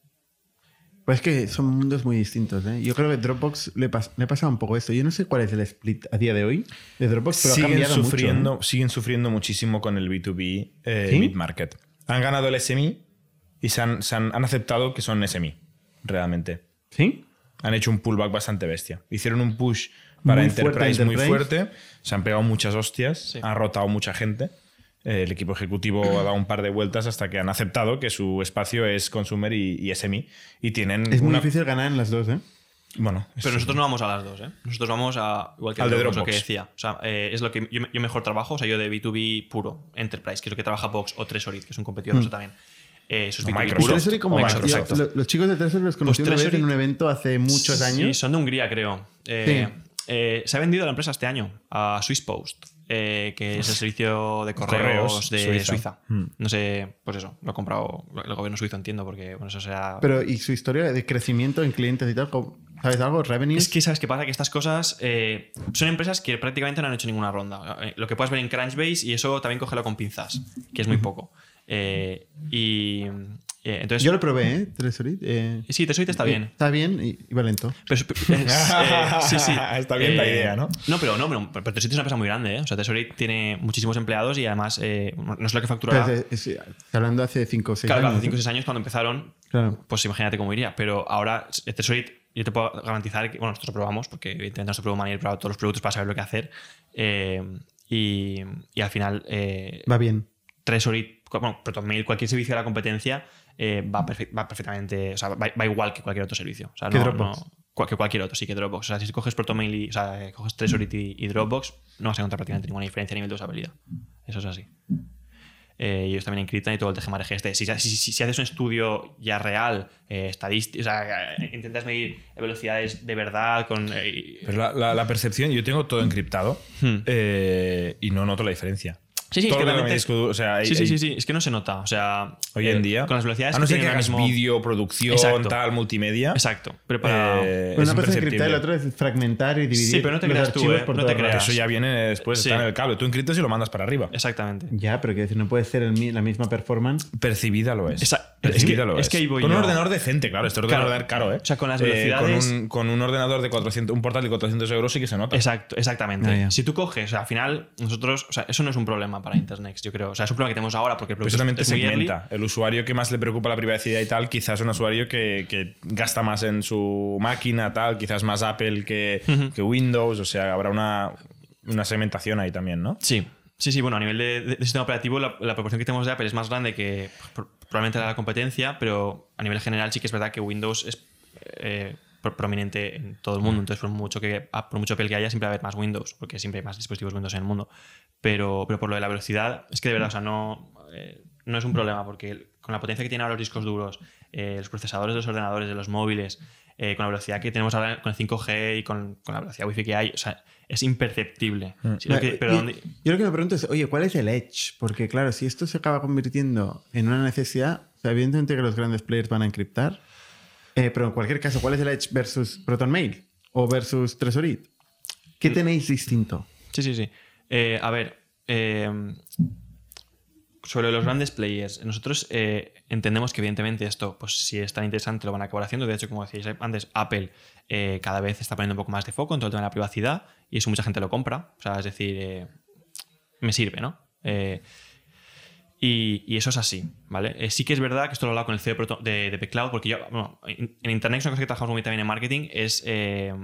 Pues es que son mundos muy distintos, ¿eh? Yo creo que Dropbox le, pas- le pasa un poco esto. Yo no sé cuál es el split a día de hoy de Dropbox, pero siguen ha cambiado sufriendo, mucho, ¿eh? Siguen sufriendo muchísimo con el B dos B eh, ¿Sí? mid-market. Han ganado el S M I y se han, se han, han aceptado que son S M I, realmente. ¿Sí? Han hecho un pullback bastante bestia. Hicieron un push para Muy enterprise, fuerte, muy enterprise. fuerte. Se han pegado muchas hostias. Sí. Ha rotado mucha gente. El equipo ejecutivo ha dado un par de vueltas hasta que han aceptado que su espacio es consumer y, y S M I. Y tienen Es muy una... difícil ganar en las dos, ¿eh? Bueno, Pero es- nosotros no vamos a las dos, ¿eh? Nosotros vamos a... Igual que Al de Dropbox, lo Dropbox. que decía. O sea, eh, es lo que yo, yo mejor trabajo. O sea, yo de B dos B puro, Enterprise, que es lo que trabaja Box o Tresorit, que es un competidor nuestro también. Eh, eso es O B dos B Microsoft. puro. Treasury como o Microsoft. Microsoft. Lo- Los chicos de Treasury los conocí Pues una vez Treasury- en un evento hace muchos Sí, años. son de Hungría, creo. Eh, Sí. eh, se ha vendido la empresa este año a Swisspost, eh, que es el servicio de correos, Correos, de Suiza. Suiza. Mm. No sé, pues eso, lo ha comprado el gobierno suizo, entiendo, porque bueno, eso sea... Pero, ¿y su historia de crecimiento en clientes y tal? ¿Sabes algo? ¿Revenue? Es que, ¿sabes qué pasa? Que estas cosas eh, son empresas que prácticamente no han hecho ninguna ronda. Eh, lo que puedes ver en Crunchbase y eso también cógelo con pinzas, que es muy poco. Eh, y eh, entonces... Yo lo probé, ¿eh? Treasury. Eh, Sí, Tresorit está bien. Está bien y, y va lento. Pero es- es- eh, sí, sí. Está bien la idea, ¿no? No, pero no, pero, pero Tresorit es una empresa muy grande, ¿eh? O sea, Tresorit tiene muchísimos empleados y además eh, no es lo que facturará. Pero es- es- está hablando hace cinco o seis Claro, años. hace cinco o ¿eh? seis años cuando empezaron, Claro. pues imagínate cómo iría. Pero ahora, Tresorit, yo te puedo garantizar que, bueno, nosotros lo probamos, porque evidentemente nuestro product manager probado todos los productos para saber lo que hacer. Eh, y, y al final, eh, Va bien. Tresorit, bueno, ProtonMail, cualquier servicio de la competencia, eh, va, perfe- va perfectamente, o sea, va, va igual que cualquier otro servicio. O sea, ¿Que no, Dropbox? no- cual- que cualquier otro, sí, que Dropbox. O sea, si coges Protomail y, o sea, coges Tresorit y, y Dropbox, no vas a encontrar prácticamente ninguna diferencia a nivel de usabilidad. Eso es así. Eh, ellos también encriptan y todo el tejemaneje este. Si, si, si, si haces un estudio ya real, eh, estadístico, o sea, intentas medir velocidades de verdad con... Eh, Pero la, la, la percepción, yo tengo todo encriptado Hmm. eh, y no noto la diferencia. Sí, sí, Todo es que lo que realmente- me disco- o sea, hay- sí, sí, hay- sí, sí, es que no se nota. O sea, hoy eh, en día, con las velocidades a no ser que tienen ahora hagas mismo- vídeo, producción, Exacto. tal, multimedia. Exacto. Pero para... eh, Una es cosa es encriptar, imperceptible. el otro es fragmentar y dividir Sí, pero no te los creas tú, archivos ¿eh? por No toda te la creas. red. Eso ya viene después, Sí. está en el cable. Tú encriptas y lo mandas para arriba. Exactamente. Ya, pero quiero decir, no puede ser el mi- la misma performance. Percibida lo es. Esa- Percibida es que- lo es es. que ahí voy con un yo. ordenador decente, claro. Este Claro. ordenador caro, ¿eh? O sea, con las Eh, velocidades- con, un, con un ordenador de cuatrocientos, un portal de cuatrocientos euros sí que se nota. Exacto, exactamente. Ah, ya. Si tú coges, o sea, al final, nosotros, o sea, eso no es un problema para Internext, yo creo. O sea, es un problema que tenemos ahora porque el Pero producto eso también te es muy early. segmenta. El usuario que más le preocupa la privacidad y tal, quizás es un usuario que, que gasta más en su máquina, tal, quizás más Apple que, Ujú. que Windows. O sea, habrá una, una segmentación ahí también, ¿no? Sí, sí, sí. Bueno, a nivel de, de- de sistema operativo, la, la proporción que tenemos de Apple es más grande que por- probablemente la competencia, pero a nivel general sí que es verdad que Windows es eh, pro- prominente en todo el mundo. Entonces, por mucho, que, ah, por mucho Apple que haya, siempre va a haber más Windows, porque siempre hay más dispositivos Windows en el mundo. Pero, pero por lo de la velocidad, es que de verdad, o sea, no, eh, no es un problema, porque con la potencia que tienen ahora los discos duros, eh, los procesadores de los ordenadores, de los móviles, eh, con la velocidad que tenemos ahora con el cinco G y con, con la velocidad Wi-Fi que hay, o sea, es imperceptible. Sí, lo que- Vale, pero y- ¿dónde- Yo lo que me pregunto es, oye, ¿cuál es el edge? Porque claro, si esto se acaba convirtiendo en una necesidad, o sea, evidentemente que los grandes players van a encriptar, eh, pero en cualquier caso, ¿cuál es el edge versus ProtonMail o versus Tresorit? ¿Qué tenéis distinto? Sí, sí, sí. Eh, a ver, eh, sobre los grandes players, nosotros eh, entendemos que evidentemente esto, pues si es tan interesante, lo van a acabar haciendo. De hecho, como decíais antes, Apple eh, cada vez está poniendo un poco más de foco en todo el tema de la privacidad y eso mucha gente lo compra. O sea, es decir, eh, me sirve, ¿no? Eh, y, y eso es así, ¿vale? Eh, sí que es verdad que esto lo he hablado con el C E O de, Proto- de, de Pcloud, porque yo, bueno, en, en Internet una cosa que trabajamos muy también en marketing es... eh,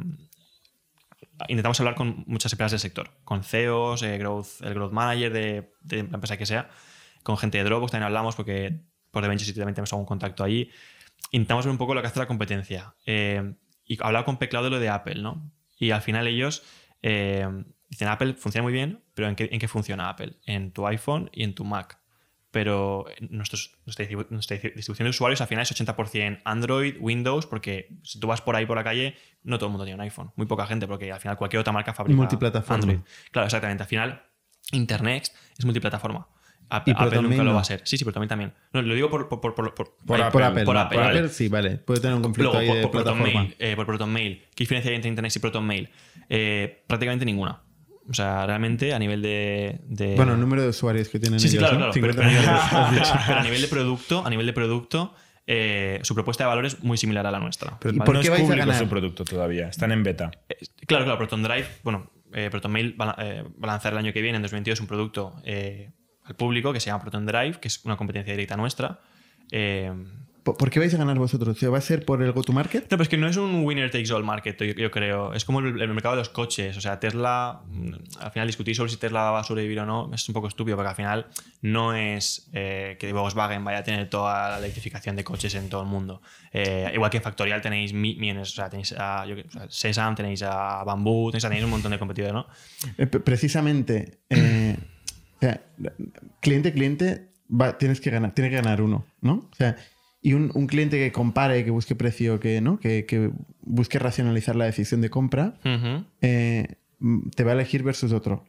intentamos hablar con muchas empresas del sector, con C E Os, eh, growth, el growth manager de, de la empresa que sea, con gente de Dropbox también hablamos porque por The Venture City también tenemos algún contacto allí. Intentamos ver un poco lo que hace la competencia. Eh, y hablaba con Pcloud de lo de Apple, ¿no? Y al final ellos eh, dicen, Apple funciona muy bien, pero ¿en qué, ¿en qué funciona Apple? En tu iPhone y en tu Mac. Pero nuestros, nuestra, nuestra distribución de usuarios al final es ochenta por ciento Android, Windows, porque si tú vas por ahí por la calle, no todo el mundo tiene un iPhone. Muy poca gente, porque al final cualquier otra marca fabrica Multiplataforma. Android. Claro, exactamente. Al final, Internet es multiplataforma. App- Y Apple ProtonMail nunca lo no. va a ser. Sí, sí, pero también también. No, lo digo por, por, por, por, por, Por ahí, Apple. Por Apple. Por ¿no? Apple, Por ¿vale? Apple, sí, vale. Puede tener un conflicto Luego, ahí por, de por plataforma. ProtonMail, eh, por ProtonMail. ¿Qué diferencia hay entre Internet y ProtonMail? Eh, prácticamente ninguna. O sea, realmente a nivel de... de- Bueno, el número de usuarios que tienen Sí, sí, ellos, claro, ¿no? claro. Pero, cincuenta pero a nivel, millones, has dicho. pero a nivel de producto, a nivel de producto, eh, su propuesta de valor es muy similar a la nuestra. Pero ¿Y ¿vale? por no qué es vais a público ganar? su producto todavía. Están en beta. Eh, Claro, claro, Proton Drive, bueno, eh, ProtonMail va, a- eh, va a lanzar el año que viene, en dos mil veintidós, un producto eh, al público que se llama Proton Drive, que es una competencia directa nuestra. Eh, ¿Por por qué vais a ganar vosotros? ¿Se va a ser por el go-to-market? No, pero es que no es un winner takes all market, yo, yo creo. Es como el, el mercado de los coches. O sea, Tesla, mm, al final discutir sobre si Tesla va a sobrevivir o no es un poco estúpido, porque al final no es eh, que Volkswagen vaya a tener toda la electrificación de coches en todo el mundo. Eh, igual que en Factorial tenéis mi- millones, o sea, tenéis a yo, qué- o sea, Sesam, tenéis a Bamboo, tenéis, tenéis un montón de competidores, ¿no? Eh, pre- precisamente, eh, o sea, cliente-cliente va- tienes que ganar, tiene que ganar uno, ¿no? O sea, y un, un cliente que compare, que busque precio, que, ¿no? que, que busque racionalizar la decisión de compra, Ujú. eh, mm, te va a elegir versus otro.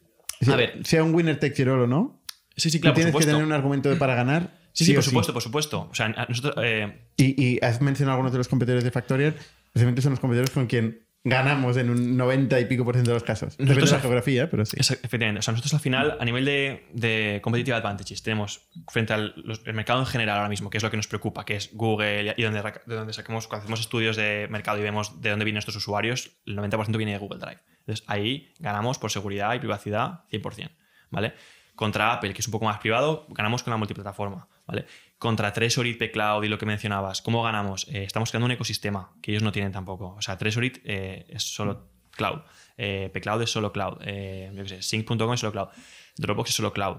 O sea, A ver. sea un winner take it all o no, Sí, sí, tú claro, por tienes que supuesto. tener un argumento de para ganar. Sí, sí, o por supuesto, por supuesto. O sea, a- nosotros... eh, Y, y has mencionado algunos de los competidores de Factorial, precisamente son los competidores con quien ganamos en un noventa y pico por ciento de los casos. Depende de la Nosotros- geografía, pero sí. Esa- Efectivamente. O sea, nosotros al final, a nivel de, de competitive advantages, tenemos frente al los- el mercado en general ahora mismo, que es lo que nos preocupa, que es Google y donde, ra- de donde saquemos, cuando hacemos estudios de mercado y vemos de dónde vienen nuestros usuarios, el noventa por ciento viene de Google Drive. Entonces ahí ganamos por seguridad y privacidad cien por ciento, ¿vale? Contra Apple, que es un poco más privado, ganamos con la multiplataforma, ¿vale? Contra Tresorit, Pcloud y lo que mencionabas, ¿cómo ganamos? Eh, estamos creando un ecosistema que ellos no tienen tampoco. O sea, Tresorit eh, es solo cloud, eh, Pcloud es solo cloud, eh, yo qué sé, Sync punto com es solo cloud, Dropbox es solo cloud.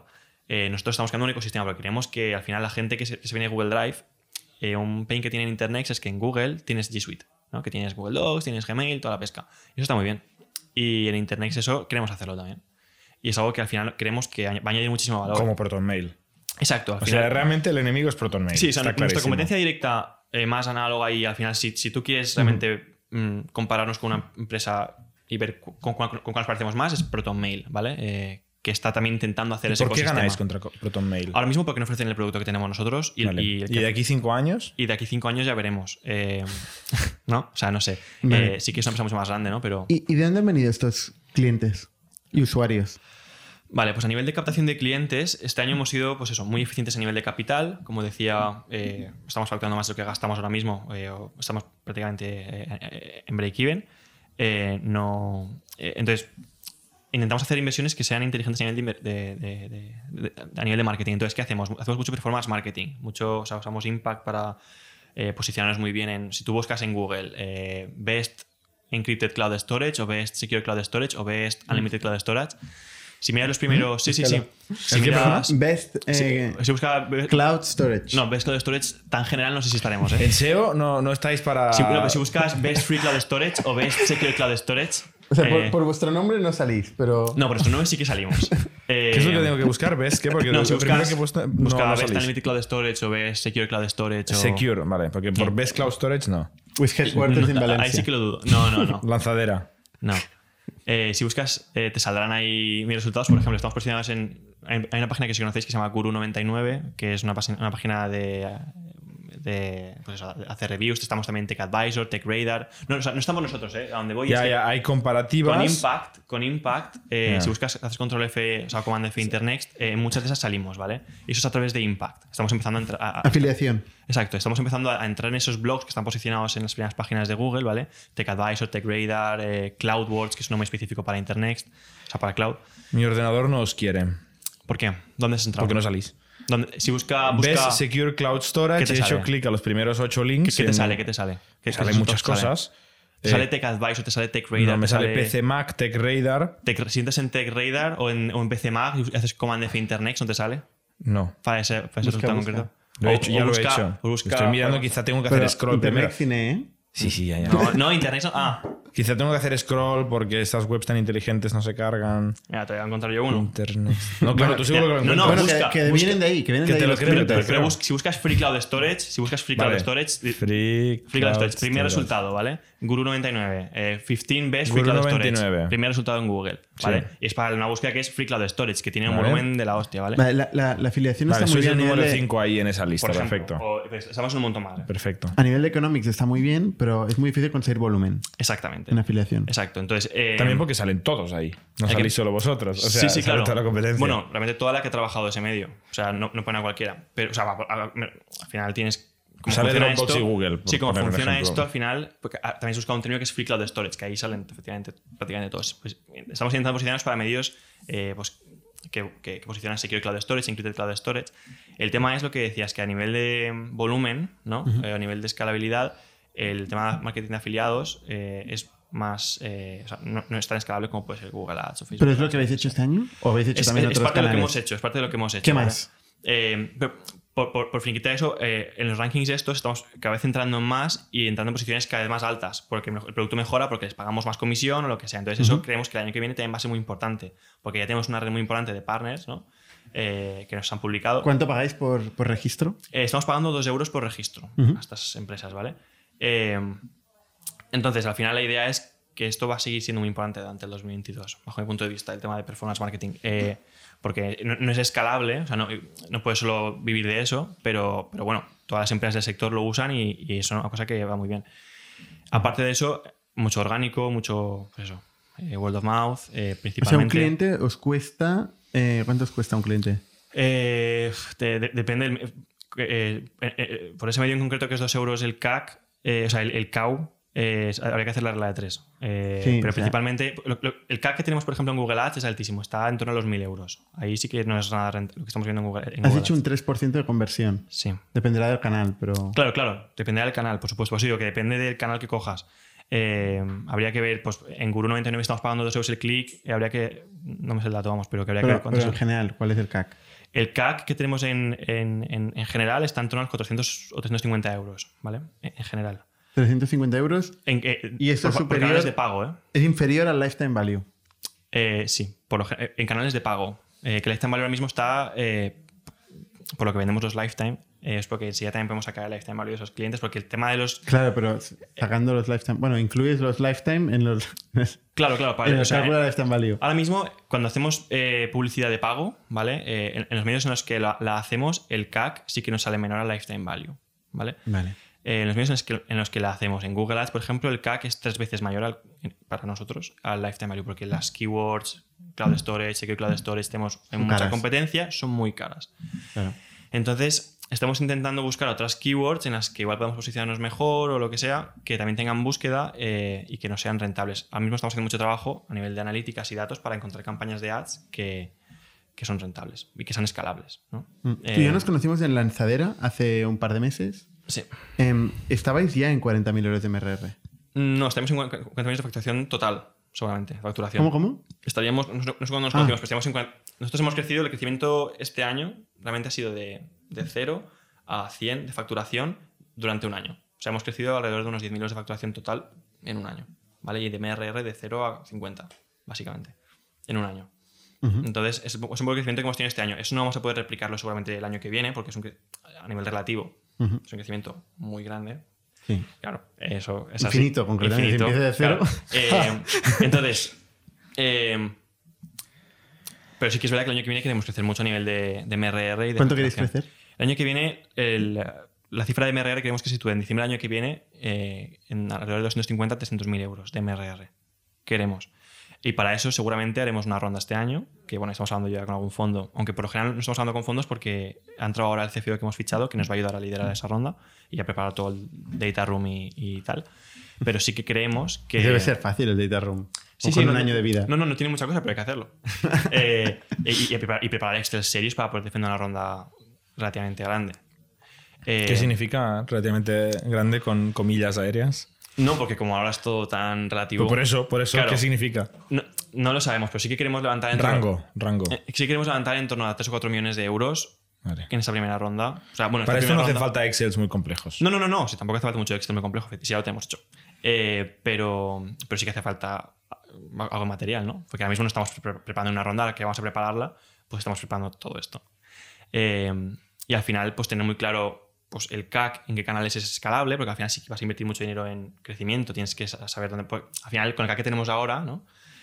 eh, nosotros estamos creando un ecosistema porque queremos que al final la gente que se, se viene de Google Drive, eh, un pain que tiene en Internet es que en Google tienes G Suite, ¿no? Que tienes Google Docs, tienes Gmail, toda la pesca. Y eso está muy bien. Y en Internet eso queremos hacerlo también. Y es algo que al final creemos que va a añadir muchísimo valor. Como ProtonMail. Exacto. Al o final, sea, realmente el enemigo es ProtonMail. Sí, o sea, está nuestra clarísimo. competencia directa eh, más análoga y al final, si, si tú quieres realmente uh-huh. mm, compararnos con una empresa y ver con, con, con cuál nos parecemos más, es ProtonMail, ¿vale? Eh, que está también intentando hacer ese ecosistema. ¿Por qué ganáis contra ProtonMail? Ahora mismo porque no ofrecen el producto que tenemos nosotros. Y, vale. y, ¿Y de aquí cinco años? Y de aquí cinco años ya veremos. Eh, ¿No? O sea, no sé. Vale. Eh, sí que es una empresa mucho más grande, ¿no? Pero... ¿Y, ¿Y de dónde han venido estos clientes y usuarios? Vale, pues a nivel de captación de clientes, este año hemos sido, pues eso, muy eficientes a nivel de capital. Como decía, eh, estamos facturando más de lo que gastamos ahora mismo. Eh, estamos prácticamente eh, en break-even. Eh, no, eh, entonces, intentamos hacer inversiones que sean inteligentes a nivel de, de, de, de, de, a nivel de marketing. Entonces, ¿qué hacemos? Hacemos mucho performance marketing. Mucho, o sea, usamos Impact para eh, posicionarnos muy bien en... Si tú buscas en Google eh, Best Encrypted Cloud Storage o Best Secure Cloud Storage o Best Unlimited Cloud Storage... Si miras los primeros... Sí, sí, sí. Si miras... Best eh, si, si busca, Cloud Storage. No, Best Cloud Storage tan general no sé si estaremos, ¿eh? En S E O no, no estáis para... Si, no, si buscas Best Free Cloud Storage o Best Secure Cloud Storage... O sea, por, eh, por vuestro nombre no salís, pero... No, por nuestro nombre sí que salimos. eh, ¿Qué es lo que tengo que buscar? ¿Ves qué? Porque no, lo si primero buscas, que he puesto... No, busca no Best salís. Unlimited Cloud Storage o Best Secure Cloud Storage o... Secure, vale. Porque por Best Cloud Storage no. With headquarters en Valencia. Ahí sí que lo dudo. No, no, no. Lanzadera. No. Eh, si buscas, eh, te saldrán ahí mis resultados. Por ejemplo, estamos posicionados en... Hay una página que si conocéis que se llama Guru noventa y nueve, que es una, una página de... de pues eso, hacer reviews. Estamos también en TechAdvisor, TechRadar. No, o sea, no estamos nosotros, ¿eh? A donde voy Ya, es que ya, hay comparativas. Con Impact, con Impact eh, Yeah. si buscas, haces control F, o sea, Command F Internext, eh, muchas de esas salimos, ¿vale? Y eso es a través de Impact. Estamos empezando a entrar... A, a, Afiliación. Exacto, estamos empezando a entrar en esos blogs que están posicionados en las primeras páginas de Google, ¿vale? TechAdvisor, TechRadar, eh, CloudWorks, que es un nombre específico para Internext, o sea, para Cloud. Mi ordenador no os quiere. ¿Por qué? ¿Dónde has entrado? Porque no salís. ¿Dónde? Si busca... busca Ves Secure Cloud Storage, ¿Qué te he hecho sale? clic a los primeros ocho ¿Qué, links. qué te en- sale? ¿Qué te sale? ¿Qué Me salen qué muchas resultados te cosas. Sale, ¿Te Eh, sale TechAdvisor, te sale TechRadar, No, me te sale P C Mac, TechRadar. Te sientes en TechRadar o en, o en P C Mac y haces Command F Internext, ¿no te sale? No. Para ese, para ese Busca, resultado busca. concreto. Lo he O- hecho, o ya lo busca- he hecho. o busca- Estoy mirando, quizá tengo que Pero hacer scroll Internet primero. Cine, ¿eh? Sí, sí, ya, ya. No, no, Internet. Ah, Quizá tengo que hacer scroll porque estas webs tan inteligentes no se cargan. mira, te voy a encontrar yo uno. Internet. No, claro, tú seguro que lo no, no, encuentras. Bueno, busca, que, que busca. vienen de ahí, que vienen Que de te ahí lo los creo, clientes. te lo Pero creo. bus- si buscas Free Cloud Storage, si buscas Free Cloud Vale. Storage, Free, Free Cloud Storage, primer Storage. resultado, ¿vale? Guru noventa y nueve, eh, quince Best Free Guru Cloud noventa y nueve. Storage, primer resultado en Google, ¿vale? Sí. Y es para una búsqueda que es Free Cloud Storage, que tiene un Vale. volumen de la hostia, ¿vale? Vale, la, la- la afiliación Vale, está muy sois bien. el a nivel número de- cinco ahí en esa lista. Por ejemplo, Perfecto. o, pues, estamos un montón más. ¿eh? Perfecto. A nivel de economics está muy bien, pero es muy difícil conseguir volumen Exactamente. en afiliación. Exacto. Entonces, eh, También porque salen todos ahí. No hay que- salís solo vosotros. O sea, sí, sí, sale claro. toda la competencia. Bueno, realmente toda la que ha trabajado ese medio. O sea, no, no pone a cualquiera. Pero, o sea, a- a- al final tienes. Cómo Sale funciona Dropbox esto. y Google, por Sí, cómo poner un funciona ejemplo. esto al final. Porque ah, también se busca un término que es Free Cloud Storage, que ahí salen efectivamente prácticamente todos. Pues, estamos intentando posicionarnos para medios eh, pues, que, que, que posicionan Secure Cloud Storage, Encrypted Cloud Storage. El tema es lo que decías, que a nivel de volumen, ¿no? Eh, a nivel de escalabilidad, el tema de marketing de afiliados eh, es más. Eh, o sea, no, no es tan escalable como puede ser Google Ads o Facebook. ¿Pero es lo que habéis hecho este año? ¿O habéis hecho Es, también es otros parte de lo que canales? hemos hecho, es parte de lo que hemos hecho. ¿Qué ¿vale? más? Eh, pero por, por, por finiquitar eso, eh, en los rankings estos estamos cada vez entrando en más y entrando en posiciones cada vez más altas, porque el producto mejora, porque les pagamos más comisión o lo que sea. Entonces eso creemos que el año que viene también va a ser muy importante, porque ya tenemos una red muy importante de partners, ¿no? Eh, que nos han publicado. ¿Cuánto pagáis por, por registro? Eh, estamos pagando dos euros por registro Ujú. a estas empresas, ¿vale? Eh, entonces, al final la idea es que esto va a seguir siendo muy importante durante el dos mil veintidós, bajo mi punto de vista, el tema de performance marketing. Eh, porque no, no es escalable, o sea, no, no puedes solo vivir de eso, pero, pero bueno, todas las empresas del sector lo usan y, y es una cosa que va muy bien. Aparte de eso, mucho orgánico, mucho, pues eso, eh, word of mouth, eh, O sea, principalmente. un cliente os cuesta... eh, ¿Cuánto os cuesta un cliente? Eh, de- de- depende. del- eh, eh, eh, por ese medio en concreto, que es dos euros el C A C, eh, o sea, el, el C A U, eh, habría que hacer la regla de tres. Eh, Sí, pero o sea- principalmente, lo- lo- el C A C que tenemos, por ejemplo, en Google Ads es altísimo, está en torno a los mil euros. Ahí sí que no es nada rent- lo que estamos viendo en Google, en Has Google hecho Ads. un tres por ciento de conversión. Sí. Dependerá del canal, pero... Claro, claro, dependerá del canal, por supuesto. Pues digo que depende del canal que cojas. Eh, habría que ver, pues en Guru noventa y nueve estamos pagando dos euros el clic, y habría que, no me sé el dato, vamos, pero que habría que Pero, ver cuánto pero es en el- general, ¿cuál es el C A C? El C A C que tenemos en, en, en, en general está en torno a los cuatrocientos o trescientos cincuenta euros, ¿vale? En, en general. trescientos cincuenta euros. En, eh, y esto por, es superior. Por canales de pago, ¿eh? Es inferior al lifetime value. Eh, sí, por lo, en canales de pago. Eh, que el lifetime value ahora mismo está, eh, por lo que vendemos los lifetime, eh, es porque si ya también podemos sacar el lifetime value de esos clientes, porque el tema de los... Claro, pero sacando los lifetime... Bueno, incluyes los lifetime en los... Claro, claro. Para, en el o sea, cálculo de lifetime value. Ahora mismo, cuando hacemos eh, publicidad de pago, ¿vale? Eh, en, en los medios en los que la, la hacemos, el C A C sí que nos sale menor al lifetime value, ¿vale? Vale. Eh, en los medios en los, que, en los que la hacemos, en Google Ads, por ejemplo, el C A C es tres veces mayor al, para nosotros al lifetime value, porque las keywords, cloud storage, secure cloud storage, tenemos en mucha caras. competencia, son muy caras. Claro. Entonces, estamos intentando buscar otras keywords en las que igual podemos posicionarnos mejor o lo que sea, que también tengan búsqueda eh, y que no sean rentables. Ahora mismo estamos haciendo mucho trabajo a nivel de analíticas y datos para encontrar campañas de ads que, que son rentables y que sean escalables, ¿no? Mm. Eh, Tú y yo nos conocimos en Lanzadera hace un par de meses. Sí. Eh, estabais ya en cuarenta mil euros de M R R. No, estamos en cuarenta millones de facturación total, solamente, facturación. ¿Cómo, cómo? Estaríamos, no sé cuándo nos Ah. conocimos, pero estaríamos en cuarenta. Nosotros hemos crecido, el crecimiento este año realmente ha sido de, de cero a cien de facturación durante un año. O sea, hemos crecido alrededor de unos diez mil euros de facturación total en un año, ¿vale? Y de M R R de cero a cincuenta, básicamente, en un año. Uh-huh. Entonces, es, es un poco el crecimiento que hemos tenido este año. Eso no vamos a poder replicarlo seguramente el año que viene, porque es un, cre- a nivel relativo Uh-huh. es un crecimiento muy grande. Sí. Claro, eso es así. Infinito, concretamente. Infinito, Empieza de cero. claro. Eh, entonces, eh, pero sí que es verdad que el año que viene queremos crecer mucho a nivel de, de M R R. Y de ¿Cuánto queréis facturación. crecer? El año que viene, el, la cifra de M R R queremos que se sitúe en diciembre del año que viene eh, en alrededor de doscientos cincuenta a trescientos mil euros de M R R. Queremos. Y para eso seguramente haremos una ronda este año, que bueno, estamos hablando ya con algún fondo, aunque por lo general no estamos hablando con fondos porque ha entrado ahora el C F O que hemos fichado, que nos va a ayudar a liderar esa ronda y a preparar todo el data room y, y tal. Pero sí que creemos que... Debe ser fácil el data room. Sí, o sí, con no, un año de vida. No, no, no tiene mucha cosa, pero hay que hacerlo. eh, y, y, preparar, y preparar Excel series para poder defender una ronda relativamente grande. Eh, ¿Qué significa relativamente grande con comillas aéreas? No, porque como ahora es todo tan relativo... Pues por eso, por eso, Claro. ¿qué significa? No, no lo sabemos, pero sí que queremos levantar en torno- Rango, rango. eh, sí que queremos levantar en torno a tres o cuatro millones de euros Vale. en esa primera ronda. O sea, bueno, Para esta esto no primera hace ronda- falta Excels muy complejos. No, no, no, no. Sí, tampoco hace falta mucho Excel muy complejo. Sí, ya lo tenemos hecho. Eh, pero, pero sí que hace falta algo material, ¿no? Porque ahora mismo no estamos pre- preparando una ronda, que vamos a prepararla, pues estamos preparando todo esto. Eh, y al final, pues tener muy claro pues, el C A C, en qué canales es escalable, porque al final sí que vas a invertir mucho dinero en crecimiento, tienes que saber dónde... Pues, al final, con el C A C que tenemos ahora, ¿no?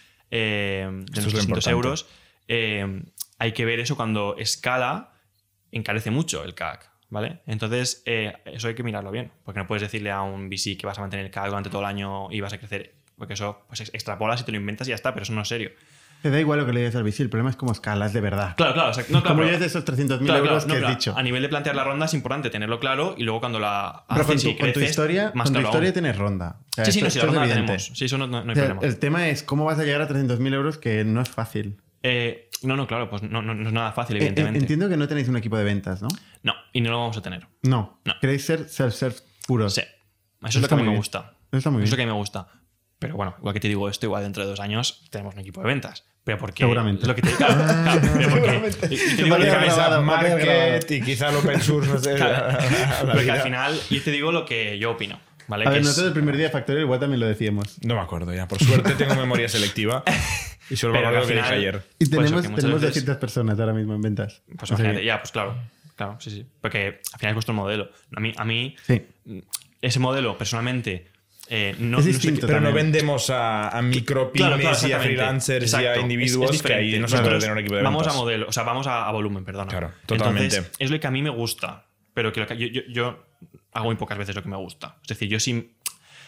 Eh, de Esto es los lo trescientos importante. euros, eh, hay que ver eso cuando escala, encarece mucho el C A C, ¿vale? Entonces, eh, eso hay que mirarlo bien, porque no puedes decirle a un V C que vas a mantener el C A C durante todo el año y vas a crecer, porque eso pues extrapolas y te lo inventas y ya está, pero eso no es serio. Te da igual lo que le digas al V C, el problema es cómo escalas de verdad. Claro, claro, o sea, no, claro, Como pero- ya es de esos trescientos mil claro, euros claro, no, que pero has dicho. A nivel de plantear la ronda es importante tenerlo claro y luego cuando la Pero con haces tu, y con tu creces, historia, más con tu claro historia aún. tienes ronda. O sea, Sí, sí, esto- no, si la esto es ronda la evidente. tenemos. Sí, eso no, no- no hay O sea, problema. el tema es cómo vas a llegar a trescientos mil euros, que no es fácil. Eh, no, no, claro, pues no, no- no es nada fácil, Eh, evidentemente. Entiendo que no tenéis un equipo de ventas, ¿no? No, y no lo vamos a tener. No. No. Queréis ser self-serve puros. Sí. Eso es lo Está que a mí muy me bien. gusta. Eso está muy Eso es lo bien. que me gusta. Pero bueno, igual que te digo esto, igual dentro de dos años tenemos un equipo de ventas. Pero porque... Seguramente. es Lo que te, claro, claro, pero porque... Seguramente. y- y te Se digo va a que- quedar Quizá grabado, va a quedar market y quizá el open source, no sé. Claro. la Porque vida. al final yo te digo lo que yo opino, ¿vale? A Que ver, es- nosotros el primer día de Factorial igual también lo decíamos. No me acuerdo ya. Por suerte tengo memoria selectiva y solo me Pero acuerdo que lo al que dije final- ayer. Y Pues tenemos, eso, que muchas tenemos veces- doscientas personas ahora mismo en ventas. Pues O sea imagínate, que- ya, pues claro. Claro, sí, sí. Porque al final es vuestro modelo. A mí, a mí Sí. ese modelo, personalmente, eh, no, Es no sé distinto qué- Pero no también. vendemos a, a micropymes Claro, claro, y a exactamente. freelancers y Exacto. a Es- individuos es que ahí diferente. no se puede Nosotros tener un equipo de vamos ventas. a modelo, o sea, vamos a, a volumen, perdona. Claro, totalmente. Entonces, es lo que a mí me gusta, pero que, lo que yo, yo- yo hago muy pocas veces lo que me gusta. Es decir, yo sí,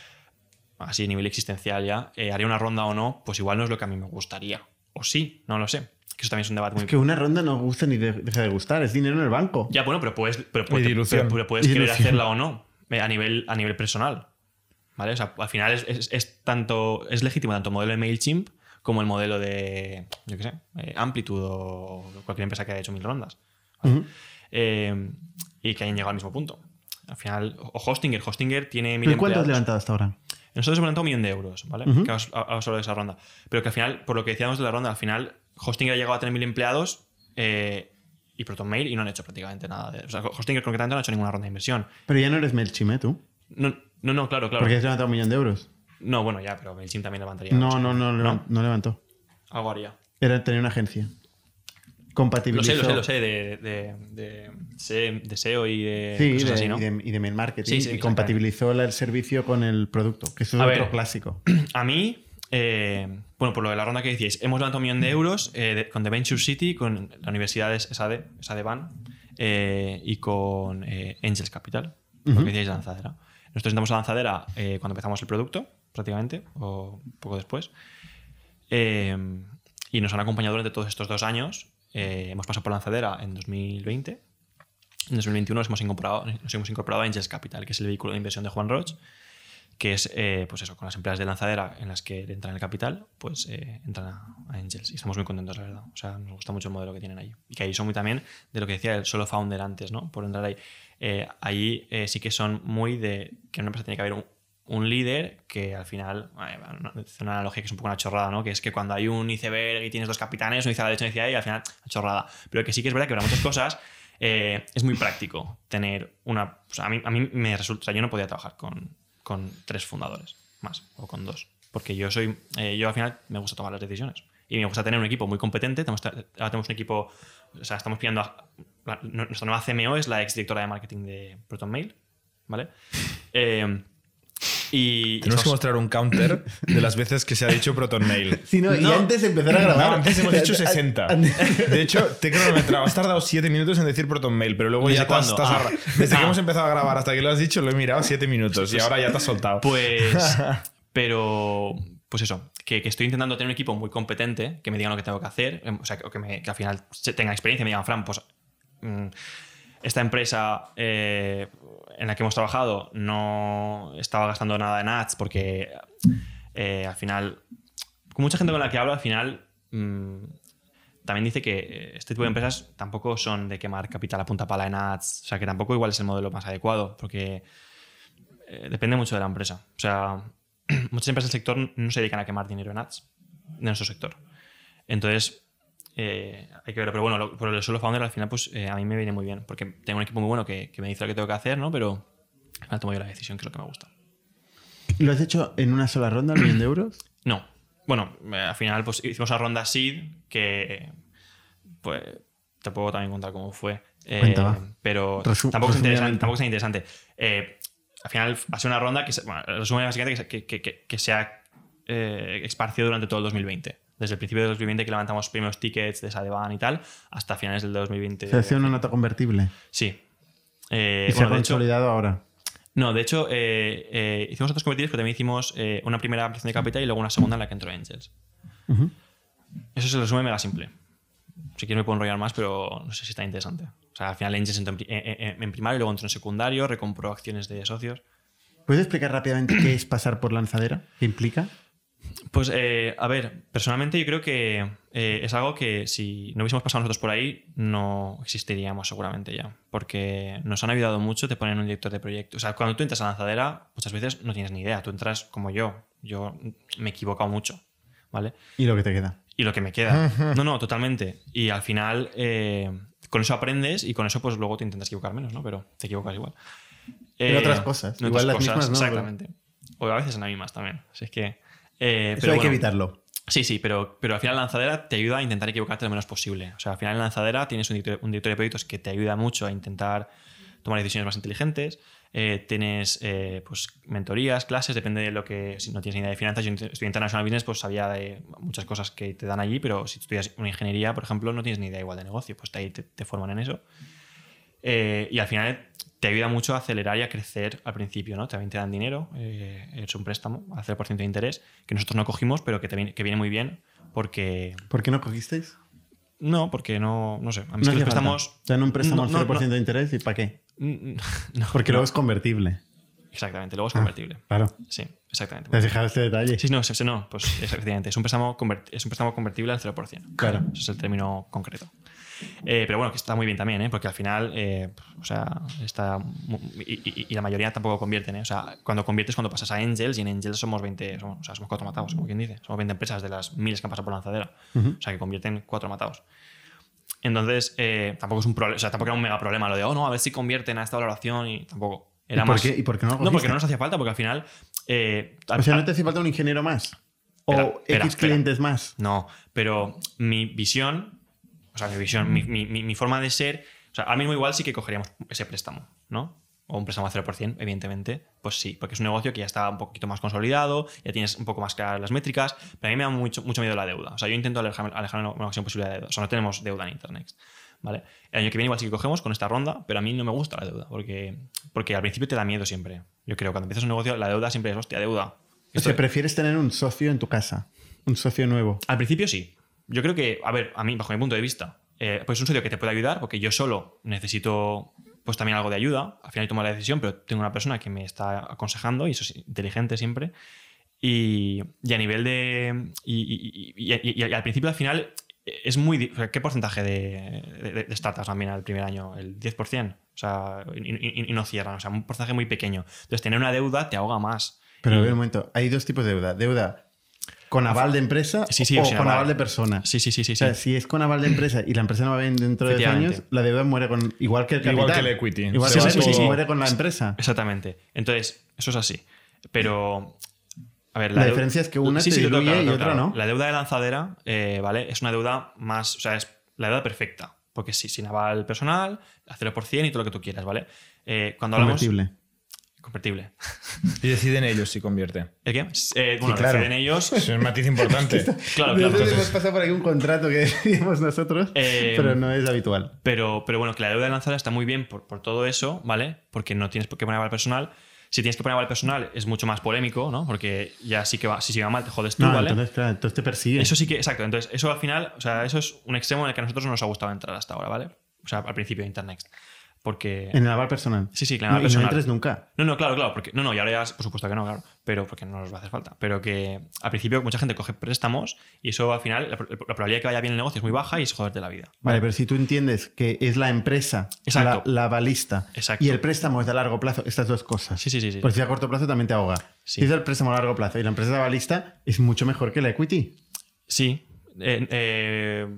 así a nivel existencial ya, eh, haría una ronda o no, pues igual no es lo que a mí me gustaría. O sí, no lo sé. Que eso también es un debate muy... Es que una ronda no gusta ni de- deja de gustar, es dinero en el banco. Ya, bueno, pero puedes, pero, Y puedes- dilución. pero- pero puedes Y querer dilución. hacerla o no, eh, a nivel, a nivel personal. ¿Vale? O sea, al final es, es- es tanto, es legítimo tanto el modelo de MailChimp como el modelo de, yo qué sé, eh, Amplitude o cualquier empresa que haya hecho mil rondas. Ujú. Eh, y que hayan llegado al mismo punto. Al final, o Hostinger. Hostinger tiene mil ¿Pero cuánto has empleados. levantado hasta ahora? Nosotros hemos levantado un millón de euros, ¿vale? Ujú. Que vamos a hablar sobre esa ronda. Pero que al final, por lo que decíamos de la ronda, al final Hostinger ha llegado a tener mil empleados eh, y ProtonMail y no han hecho prácticamente nada. De, o sea, Hostinger concretamente no ha hecho ninguna ronda de inversión. Pero ya no eres MailChimp, ¿eh, tú? No, no, no, claro, claro. Porque has levantado un millón de euros. No, bueno, ya, pero MailChimp también levantaría. No, mucho. no, no, no, ¿No? no levantó. Algo haría. Era tener una agencia. Lo Compatibilizó. sé, lo sé, lo sé, de, de, de, de, de S E O y de Sí, cosas de, así, ¿no? y, de, y de mail marketing. Sí, sí, y compatibilizó el servicio con el producto, que eso es A otro ver. clásico. A mí, eh, bueno, por lo de la ronda que decíais, hemos levantado un millón de euros eh, de, con The Venture City, con la universidad de SADE, SADE Ban, eh, y con eh, Angels Capital, lo Ujú. que decíais de lanzadera. Nosotros entramos a lanzadera eh, cuando empezamos el producto, prácticamente, o un poco después. Eh, y nos han acompañado durante todos estos dos años. Eh, hemos pasado por lanzadera en dos mil veinte. En dos mil veintiuno nos hemos incorporado, nos hemos incorporado a Angels Capital, que es el vehículo de inversión de Juan Roch, que es, eh, pues eso, con las empresas de lanzadera en las que entran el capital, pues eh, entran a, a Angels. Y estamos muy contentos, la verdad. O sea, nos gusta mucho el modelo que tienen ahí. Y que ahí son muy también de lo que decía el solo founder antes, ¿no? Por entrar ahí. Eh, ahí eh, sí que son muy de que en una empresa tiene que haber un, un líder que al final, eh, es una analogía que es un poco una chorrada, ¿no? Que es que cuando hay un iceberg y tienes dos capitanes, uno dice a la derecha y uno dice ahí, y al final, una chorrada. Pero que sí que es verdad que para muchas cosas eh, es muy práctico tener una... O sea, a mí, a mí me resulta... O sea, yo no podía trabajar con, con tres fundadores más, o con dos. Porque yo soy... Eh, yo al final me gusta tomar las decisiones. Y me gusta tener un equipo muy competente. Tenemos, ahora tenemos un equipo... O sea, estamos pillando... A, la, nuestra nueva C M O es la ex directora de marketing de ProtonMail, ¿vale? Eh... Y Tenemos que mostrar un counter de las veces que se ha dicho ProtonMail. Sí, no, y No. antes de empezar a grabar. No, antes hemos dicho sesenta. De hecho, te he cronometrado. Has tardado siete minutos en decir ProtonMail, pero luego ¿Desde ya te has, cuándo? te has Ah. arra- Desde que Ah. hemos empezado a grabar hasta que lo has dicho, lo he mirado siete minutos y ahora ya te has soltado. Pues, pero, pues eso, que, que estoy intentando tener un equipo muy competente, que me digan lo que tengo que hacer, o sea, que, me, que al final tengan experiencia, me digan, Fran, pues mm, esta empresa eh, en la que hemos trabajado no estaba gastando nada en ads porque eh, al final, con mucha gente con la que hablo, al final mmm, también dice que este tipo de empresas tampoco son de quemar capital a punta pala en ads, o sea, que tampoco igual es el modelo más adecuado, porque eh, depende mucho de la empresa. O sea, muchas empresas del sector no se dedican a quemar dinero en ads de nuestro sector. Entonces, eh, hay que verlo. Pero bueno, lo, por el solo founder al final, pues eh, a mí me viene muy bien, porque tengo un equipo muy bueno que, que me dice lo que tengo que hacer, ¿no? Pero al final tomo yo la decisión, que es lo que me gusta. ¿Lo has hecho en una sola ronda, un millón de euros? No. Bueno, eh, al final pues hicimos una ronda seed que pues te puedo también contar cómo fue. Eh, Cuenta, va. pero Resu- tampoco, es interesante, resumidamente. tampoco es tan interesante. Eh, al final ha sido una ronda que, se, bueno, el resumen es básicamente que, que, que, que se ha eh, esparcido durante todo el dos mil veinte. Desde el principio del dos mil veinte que levantamos primeros tickets de Sadeban y tal, hasta finales del dos mil veinte. Se ha sido una nota convertible. Sí. Eh, y se bueno, ha de hecho, consolidado ahora. no, de hecho, eh, eh, hicimos otros convertibles, pero también hicimos eh, una primera ampliación de capital y luego una segunda en la que entró Angels. Uh-huh. Eso es el resumen mega simple. Si quieres me puedo enrollar más, pero no sé si está interesante. O sea, al final Angels entró en, en, en, en primario, luego entró en secundario, recompró acciones de socios. ¿Puedes explicar rápidamente qué es pasar por lanzadera? ¿Qué implica? Pues, eh, a ver, personalmente yo creo que eh, es algo que si no hubiésemos pasado nosotros por ahí, no existiríamos seguramente ya. Porque nos han ayudado mucho, te ponen un director de proyecto. O sea, cuando tú entras a lanzadera, muchas veces no tienes ni idea. Tú entras como yo. Yo me he equivocado mucho, ¿vale? Y lo que te queda. Y lo que me queda. No, no, totalmente. Y al final, eh, con eso aprendes y con eso pues luego te intentas equivocar menos, ¿no? Pero te equivocas igual. En Eh, otras cosas. en Igual otras las cosas, mismas, ¿no? exactamente. O a veces en las mismas también. Así es que... Eh, Eso pero hay bueno, que evitarlo. Sí, sí, pero, pero al final la lanzadera te ayuda a intentar equivocarte lo menos posible. O sea, al final en la lanzadera tienes un director, un director de proyectos que te ayuda mucho a intentar tomar decisiones más inteligentes. Eh, tienes eh, pues, mentorías, clases, depende de lo que... Si no tienes ni idea de finanzas, yo estoy en International Business, pues sabía de muchas cosas que te dan allí, pero si tú estudias una ingeniería, por ejemplo, no tienes ni idea igual de negocio, pues ahí te, te forman en eso. Eh, y al final te ayuda mucho a acelerar y a crecer al principio, ¿no? También te dan dinero, eh, es un préstamo a cero por ciento de interés, que nosotros no cogimos, pero que, te viene, que viene muy bien porque... ¿Por qué no cogisteis? No, porque no, no sé. A mí No es que hacía los préstamos... falta. Te dan un préstamo No, al no, cero por ciento no. de interés y ¿para qué? No, Porque no. luego es convertible. Exactamente, luego es Ah, convertible. Claro. Sí, exactamente. ¿Te has fijado este detalle? Sí, no, sí, sí, no, pues efectivamente, es un préstamo, convert- es un préstamo convertible al cero por ciento. Claro. Ese es el término concreto. Eh, pero bueno, que está muy bien también, ¿eh? Porque al final, eh, o sea, está... mu- Y, y- y la mayoría tampoco convierten, ¿eh? O sea, cuando conviertes, cuando pasas a Angels, y en Angels somos veinte, somos, o sea, somos cuatro matados, como quien dice. Somos veinte empresas de las miles que han pasado por lanzadera. Uh-huh. O sea, que convierten cuatro matados. Entonces, eh, tampoco es un problema, o sea, tampoco era un mega problema lo de, oh, no, a ver si convierten a esta valoración y tampoco. Era ¿Y por más... qué? ¿Y por qué no lo No, porque cogiste? no nos hacía falta, porque al final... Eh, O sea, ¿no te hace falta un ingeniero más? ¿O Espera, X espera, espera. clientes más? No, pero mi visión, o sea, mi visión, mi, mi, mi, mi forma de ser, o sea, ahora mismo igual sí que cogeríamos ese préstamo, ¿no? O un préstamo a cero por ciento, evidentemente, pues sí, porque es un negocio que ya está un poquito más consolidado, ya tienes un poco más claras las métricas, pero a mí me da mucho, mucho miedo la deuda. O sea, yo intento alejarme, alejarme lo máximo posible de la deuda. O sea, no tenemos deuda en Internext, ¿vale? El año que viene igual sí que cogemos con esta ronda, pero a mí no me gusta la deuda, porque, porque al principio te da miedo siempre. Yo creo que cuando empiezas un negocio, la deuda siempre es, hostia, deuda. O sea, prefieres tener un socio en tu casa, un socio nuevo. Al principio sí. Yo creo que, a ver, a mí, bajo mi punto de vista, eh, pues un socio que te puede ayudar, porque yo solo necesito pues también algo de ayuda. Al final tomo la decisión, pero tengo una persona que me está aconsejando, y eso es inteligente siempre. Y, y a nivel de... Y, y, y, y, y al principio, al final, es muy... ¿Qué porcentaje de, de, de startups también al primer año? ¿El diez por ciento? O sea, y, y, y no cierran. O sea, un porcentaje muy pequeño. Entonces, tener una deuda te ahoga más. Pero y... a ver, un momento. Hay dos tipos de deuda. Deuda con aval de empresa sí, sí, o sin con aval. aval de persona. Sí, sí, sí, sí. O sea, sí. si es con aval de empresa y la empresa no va bien dentro de diez años, la deuda muere con... Igual que el capital. Igual que el equity. Igual Sí, que sí, el sí, equity sí, sí. muere con la empresa. Exactamente. Entonces, eso es así. Pero... A ver, La deu- diferencia es que una Sí, te sí, diluye claro, y claro, otra claro. no. La deuda de lanzadera, eh, ¿vale? Es una deuda más... O sea, es la deuda perfecta. Porque sí, sin aval personal, a cero por ciento y todo lo que tú quieras, ¿vale? Eh, cuando hablamos... Convertible. Convertible. Y deciden ellos si convierte. ¿El qué? Eh, bueno, claro. deciden ellos... Eso es un matiz importante. Claro, claro. Nosotros Entonces, hemos pasado por aquí un contrato que decíamos nosotros, Eh, pero no es habitual. Pero, pero bueno, que la deuda de lanzadera está muy bien por, por todo eso, ¿vale? Porque no tienes por qué poner aval personal. Si tienes que poner aval personal es mucho más polémico, ¿no? Porque ya sí que va, si se va mal te jodes tú, No, ¿vale? entonces, claro, entonces te persigue. Eso sí que, exacto. Entonces, eso al final, o sea, eso es un extremo en el que a nosotros no nos ha gustado entrar hasta ahora, ¿vale? O sea, al principio de Internext. Porque... En el aval personal. Sí, sí, claro. No, y no entres nunca. No, no, claro, claro. Porque, no, no, y ahora ya, por supuesto que no, claro. Pero porque no nos va a hacer falta. Pero que al principio mucha gente coge préstamos y eso al final, la, la probabilidad de que vaya bien el negocio es muy baja y es joderte la vida. Vale, pero si tú entiendes que es la empresa Exacto. la, la avalista Exacto. y el préstamo es de largo plazo, estas dos cosas. Sí, sí, sí. sí. Porque si a corto plazo también te ahoga. Sí. Si es el préstamo a largo plazo y la empresa es avalista, es mucho mejor que la equity. Sí. Eh, eh,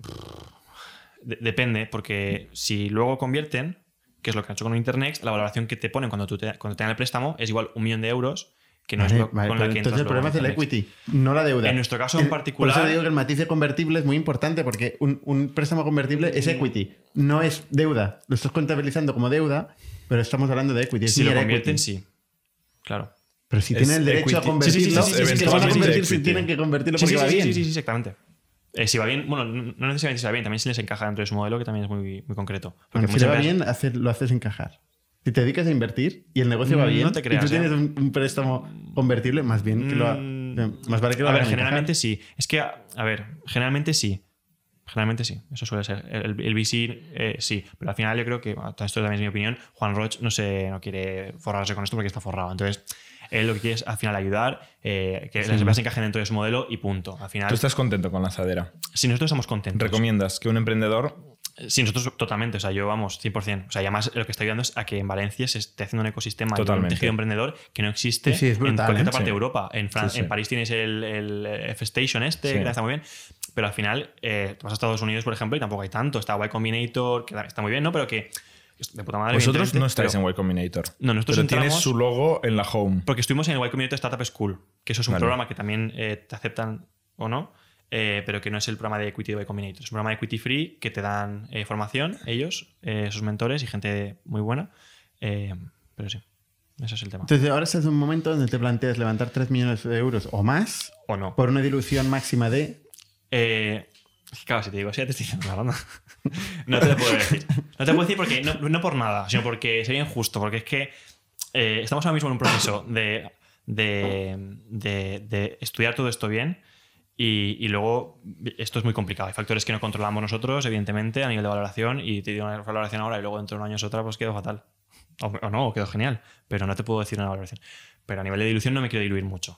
de- depende, porque si luego convierten, que es lo que han hecho con Internext, la valoración que te ponen cuando, tú te, cuando te dan el préstamo es igual un millón de euros, que no Vale, es lo, vale, con pero la que entonces el entras luego problema es en el Internext. equity, no la deuda. En nuestro caso en El- particular- Por eso digo que el matiz de convertible es muy importante, porque un, un préstamo convertible es equity, no es deuda. Lo estás contabilizando como deuda, pero estamos hablando de equity. Es Si lo near convierten, equity. sí. Claro. Pero si Es tienen el derecho a equity. convertirlo, Sí, sí, sí, sí, sí, es sí, que sí, van a sí, sí, convertir sí, si sí. tienen que convertirlo Sí, porque sí, va sí, bien. sí, sí, sí, exactamente. Eh, si va bien, bueno, no no necesariamente si va bien, también si les encaja dentro de su modelo, que también es muy, muy concreto. Porque Bueno, si muchas le va veces- bien, hacer- lo haces encajar. Si te dedicas a invertir y el negocio va Mm, bien no te creas, y tú ¿eh? tienes un, un préstamo convertible, más bien que lo ha- Mm, más vale que lo A ver, hagan generalmente encajar. sí. Es que, a a ver, generalmente sí. Generalmente sí. Eso suele ser. El, el V C eh, sí. Pero al final yo creo que, bueno, esto también es mi opinión, Juan Roch no, se, no quiere forrarse con esto porque está forrado. Entonces, él lo que quiere es al final ayudar, eh, que las empresas encajen dentro de su modelo y punto. Al final, Tú estás contento con Lanzadera. si nosotros estamos contentos. ¿Recomiendas que un emprendedor... Sí, nosotros totalmente, o sea, yo vamos, cien por ciento. O sea, y además lo que está ayudando es a que en Valencia se esté haciendo un ecosistema y un Totalmente. tejido emprendedor que no existe Sí, sí, es en brutal, cualquier ¿eh? otra parte Sí. de Europa. En, Fran- Sí, sí. en París tienes el, el F-Station este, Sí. que está muy bien, pero al final eh, te vas a Estados Unidos, por ejemplo, y tampoco hay tanto. Está Y Combinator, que está muy bien, ¿no? Pero que es de puta madre. Vosotros no evidentemente, estáis pero- en Y Combinator. No, nosotros pero entramos- tienes su logo en la home. Porque estuvimos en el Y Combinator Startup School, que eso es un Vale. programa que también eh, te aceptan o no, eh, pero que no es el programa de Equity de Y Combinator. Es un programa de Equity Free que te dan eh, formación, ellos, eh, sus mentores y gente muy buena. Eh, pero sí, ese es el tema. Entonces ahora estás en un momento donde te planteas levantar tres millones de euros o más ¿O no? por una dilución máxima de... Eh, claro, si te digo, sí, ya te estoy diciendo una ronda. No te lo puedo decir. No te puedo decir porque no, no por nada, sino porque sería injusto. Porque es que eh, estamos ahora mismo en un proceso de, de, de, de estudiar todo esto bien y, y luego esto es muy complicado. Hay factores que no controlamos nosotros, evidentemente, a nivel de valoración y te digo una valoración ahora y luego dentro de un año es otra, pues quedo fatal. O, o no, o quedo genial. Pero no te puedo decir una valoración. Pero a nivel de dilución no me quiero diluir mucho.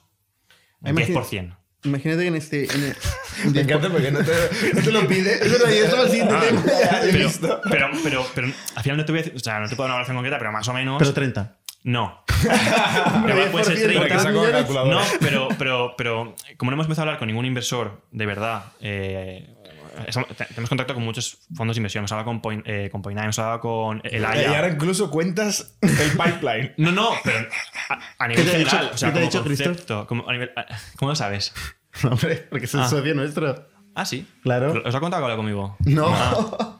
Un diez por ciento. Imagínate que en este... en el- Me encanta porque no te, no te lo pide. Es verdad, yo estaba al siguiente tema. Ya, he Pero, visto. pero, pero, pero al final no te voy a decir, o sea, no te puedo dar una valoración concreta, pero más o menos. Pero treinta. No. Pero puede ser diez por ciento, Para que saco la millones. calculadora. No, pero, pero, pero como no hemos empezado a hablar con ningún inversor de verdad, eh, estamos, tenemos contacto con muchos fondos de inversión. Hemos hablado con Point, eh, con Point Nine, hemos hablado con el Y Aya. ahora incluso cuentas el pipeline. No, no, pero a, a nivel ¿Qué te ha general. dicho- o sea, qué te ha como dicho, Christoph? concepto, como a nivel, a- ¿Cómo lo sabes? Hombre, porque es un Ah. socio nuestro. Ah, sí. Claro. ¿Os ha contado que habla conmigo? No. Ah,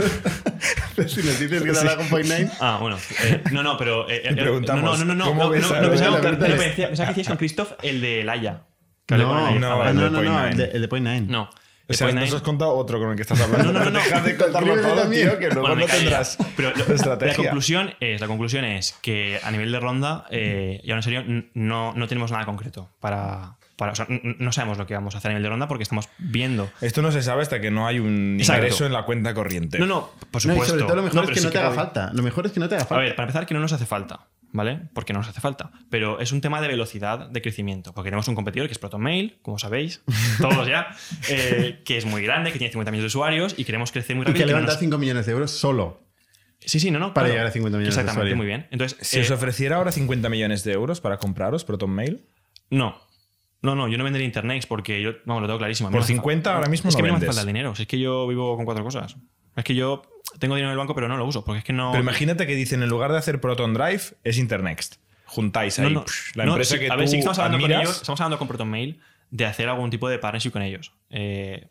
Pero si nos dices que te habla con Point Nine. ah, bueno. Eh, no, no, pero. eh, eh, preguntamos, no, no, no, no. ¿cómo no, ves no, a- no, pensaba, la no, verdad no, es- pensaba, pensaba que decías con Christoph el de Laia. Que hablé con No, Laia. no, Ah, vale. Ah, el no, de no, Point no, Nine. el de, el de Point Nine. No. O de sea, Point nos Nine- has contado otro con el que estás hablando. No, no, no, no. Deja de contarlo Escríbete todo, también. tío, que luego Bueno, me no callo ya. tendrás Pero lo- estrategia. La conclusión es, la conclusión es que a nivel de ronda, eh, y ahora en serio, n- no, no tenemos nada concreto para, para o sea, n- no sabemos lo que vamos a hacer a nivel de ronda porque estamos viendo. Esto no se sabe hasta que no hay un Exacto. ingreso en la cuenta corriente. No, no, por No, y supuesto. sobre todo lo mejor No, es pero que sí no te haga puede. falta. Lo mejor es que no te haga A falta. ver, para empezar, que no nos hace falta, ¿vale? Porque no nos hace falta. Pero es un tema de velocidad de crecimiento. Porque tenemos un competidor que es ProtonMail, como sabéis, todos ya, eh, que es muy grande, que tiene cincuenta millones de usuarios y queremos crecer muy Y rápido. que y no levanta nos- cinco millones de euros solo. Sí, sí, no, no. para claro. llegar a cincuenta millones de Exactamente, usuarios. muy bien. Entonces, Si eh, os ofreciera ahora cincuenta millones de euros para compraros ProtonMail, no. No, no, yo no vendería Internext porque yo, vamos, lo tengo clarísimo. A mí por me hace cincuenta falta- ahora mismo Es no que a mí no me hace vendes. falta el dinero. Si es que yo vivo con cuatro cosas. Es que yo tengo dinero en el banco, pero no lo uso. Porque es que no. Pero imagínate que dicen, en lugar de hacer Proton Drive, es Internext. Juntáis ahí No, no, psh, la no, empresa sí, que a tú ver, sí que estamos hablando con admiras. ellos, estamos hablando con ProtonMail de hacer algún tipo de partnership con ellos. Eh,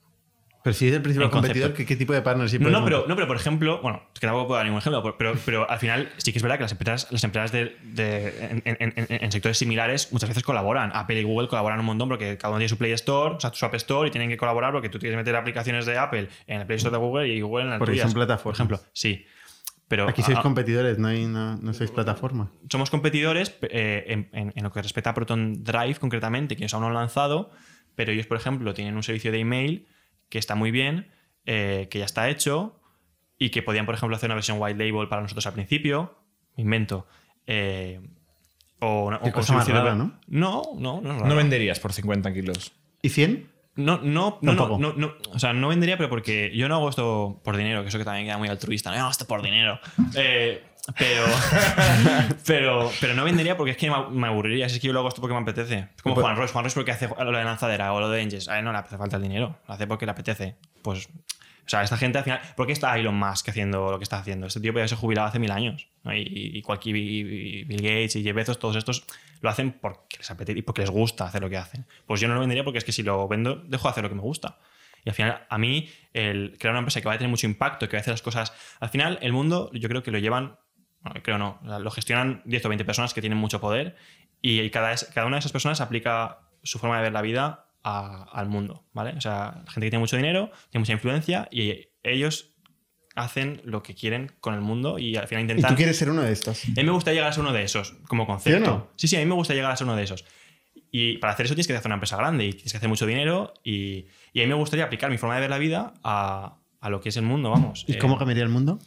Pero si es el principal En concepto. competidor, ¿qué, qué tipo de partnership no, no, podemos pero, no, pero por ejemplo, bueno, es que tampoco puedo dar ningún ejemplo, pero, pero al final sí que es verdad que las empresas, las empresas de, de- en, en- en- en sectores similares muchas veces colaboran. Apple y Google colaboran un montón porque cada uno tiene su Play Store, o sea, su App Store y tienen que colaborar porque tú tienes que meter aplicaciones de Apple en el Play Store de Google y Google en la Porque tuya. son plataformas. Por ejemplo, sí. Pero Aquí sois ah, competidores, no, hay, no, no sois plataforma. somos competidores eh, en, en- en lo que respecta a Proton Drive concretamente, que ellos aún no lo han lanzado, pero ellos, por ejemplo, tienen un servicio de email que está muy bien, eh, que ya está hecho y que podían, por ejemplo, hacer una versión white label para nosotros al principio. Me invento. Eh, o una- Qué o un cosa más servicio de- rara, ¿no? No, no, no es raro. No venderías por cincuenta kilos. ¿Y cien? No, no, no, no, Tampoco. no, no, o sea, no vendería, pero porque yo no hago esto por dinero, que eso que también queda muy altruista. No hago esto por dinero. Eh, pero, pero, pero no vendería porque es que me me aburriría. Si es que yo lo hago esto porque me apetece. Es como Pues- Juan Ross. Juan Ross porque hace lo de lanzadera o lo de Engines. A él no le hace falta el dinero. Lo hace porque le apetece. Pues, o sea, esta gente al final. ¿Por qué está Elon Musk haciendo lo que está haciendo? Este tío podría haberse jubilado hace mil años. ¿no? Y, y cualquier y- y Bill Gates y Jeff Bezos, todos estos lo hacen porque les apetece y porque les gusta hacer lo que hacen. Pues yo no lo vendería porque es que si lo vendo, dejo de hacer lo que me gusta. Y al final, a mí, el crear una empresa que va a tener mucho impacto, que va a hacer las cosas. Al final, el mundo, yo creo que lo llevan. No, creo no. Lo gestionan diez o veinte personas que tienen mucho poder y cada, es- cada una de esas personas aplica su forma de ver la vida a- al mundo, ¿vale? O sea, gente que tiene mucho dinero, tiene mucha influencia y ellos hacen lo que quieren con el mundo y al final ¿Y intentan... tú quieres ser uno de estos? A mí me gusta llegar a ser uno de esos, como concepto. ¿Sí o no? Sí, sí, a mí me gusta llegar a ser uno de esos. Y para hacer eso tienes que hacer una empresa grande y tienes que hacer mucho dinero y, y a mí me gustaría aplicar mi forma de ver la vida a, a lo que es el mundo, vamos. ¿Y Eh, cómo cambiaría el mundo?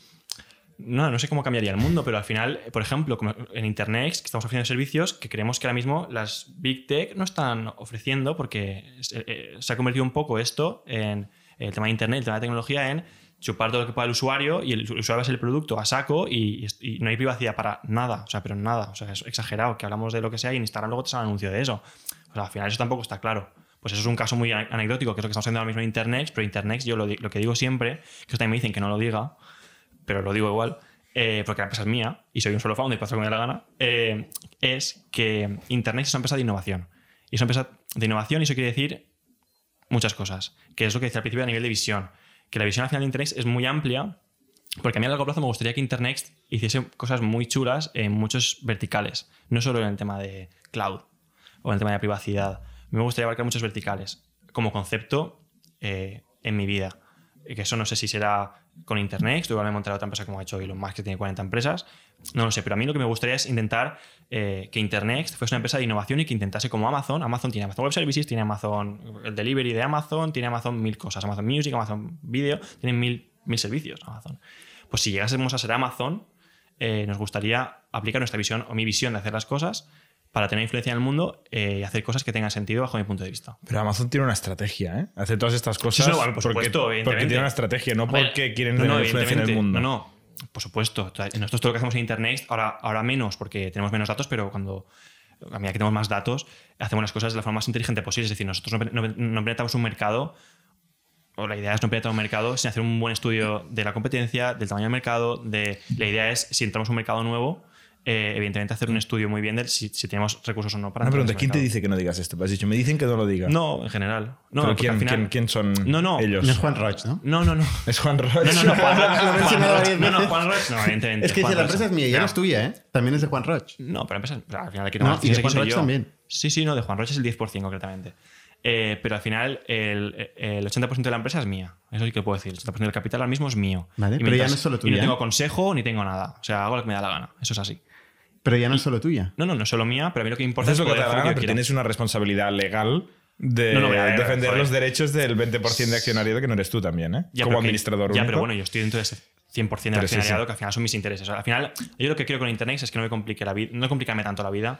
no, no sé cómo cambiaría el mundo, pero al final, por ejemplo, como en Internet, que estamos ofreciendo servicios que creemos que ahora mismo las Big Tech no están ofreciendo porque se, eh, se ha convertido un poco esto en el tema de Internet, el tema de tecnología, en chupar todo lo que pueda el usuario y el usuario es el producto a saco y, y no hay privacidad para nada, o sea, pero nada, o sea, es exagerado que hablamos de lo que sea y en Instagram luego te sale un anuncio de eso. O sea, al final eso tampoco está claro. Pues eso es un caso muy anecdótico, que es lo que estamos haciendo ahora mismo en Internet, pero Internet, yo lo, lo que digo siempre, que también me dicen que no lo diga, pero lo digo igual, eh, porque la empresa es mía y soy un solo founder y puedo hacer lo que me dé la gana, eh, es que Internet es una empresa de innovación. Y es una empresa de innovación y eso quiere decir muchas cosas, que es lo que decía al principio a nivel de visión. Que la visión al final de Internet es muy amplia, porque a mí a largo plazo me gustaría que Internet hiciese cosas muy chulas en muchos verticales, no solo en el tema de cloud o en el tema de privacidad. Me gustaría abarcar muchos verticales como concepto eh, en mi vida. Que eso no sé si será con Internet, igual me montaré otra empresa como ha hecho Elon Musk, que tiene cuarenta empresas, no lo sé, pero a mí lo que me gustaría es intentar eh, que Internet fuese una empresa de innovación y que intentase como Amazon. Amazon tiene Amazon Web Services, tiene Amazon el delivery de Amazon, tiene Amazon mil cosas, Amazon Music, Amazon Video, tienen mil, mil servicios Amazon. Pues si llegásemos a ser Amazon, eh, nos gustaría aplicar nuestra visión o mi visión de hacer las cosas para tener influencia en el mundo eh, y hacer cosas que tengan sentido bajo mi punto de vista. Pero Amazon tiene una estrategia, ¿eh? Hace todas estas cosas Sí, no, vale, por porque, supuesto, porque evidentemente. tiene una estrategia, no A ver, porque quieren no, tener no, influencia en el evidentemente, mundo. No, no, por supuesto. Nosotros todo lo que hacemos en Internet, ahora, ahora menos porque tenemos menos datos, pero cuando a medida que tenemos más datos, hacemos las cosas de la forma más inteligente posible. Es decir, nosotros no, no, no penetramos un mercado o la idea es no perder todo el mercado sin hacer un buen estudio de la competencia, del tamaño del mercado. De, la idea es, si entramos a un mercado nuevo, eh, evidentemente hacer un estudio muy bien de si, si tenemos recursos o no para Una pregunta, entrar en ese ¿quién te mercado. dice que no digas esto? Has dicho, me dicen que no lo diga. No, en general. No, ¿Pero porque quién, al final- quién, quién son No, no. ellos? No es Juan Roig, ¿no? No, no, no. ¿Es Juan Roig? No, no, no, Juan Lo he Roig. Juan mencionado Roig. varias No, no, veces. Juan Roig, no, evidentemente. Es que Juan si la Roig. empresa es mía, ya Pero- no es tuya, ¿eh? También es de Juan Roig. No, pero empresa, pero al final hay que No, tomar y de decisiones, Juan que soy Roig yo. también. Sí, sí, no, de Juan Roig es el diez por ciento concretamente. Eh, pero al final el, el ochenta por ciento de la empresa es mía. Eso sí que puedo decir. El ochenta por ciento del capital ahora mismo es mío. Vale, Y pero ya mientras- no es solo Y tuya. no tengo consejo ni tengo nada. O sea, hago lo que me da la gana. Eso es así. Pero ya no es solo tuya. No, no, no es solo mía, pero a mí lo que me importa Haces lo que poder te da la hacer lo gana, que pero quiera. tienes una responsabilidad legal de No, no, a ver, defender joder. los derechos del veinte por ciento de accionariado que no eres tú también, ¿eh? Ya, Como pero que- administrador Ya, único. pero bueno, yo estoy dentro de ese cien por ciento del Pero sí, accionariado, sí. que al final son mis intereses. O sea, al final, yo lo que quiero con Internet es que no me complique la vida, no complicarme tanto la vida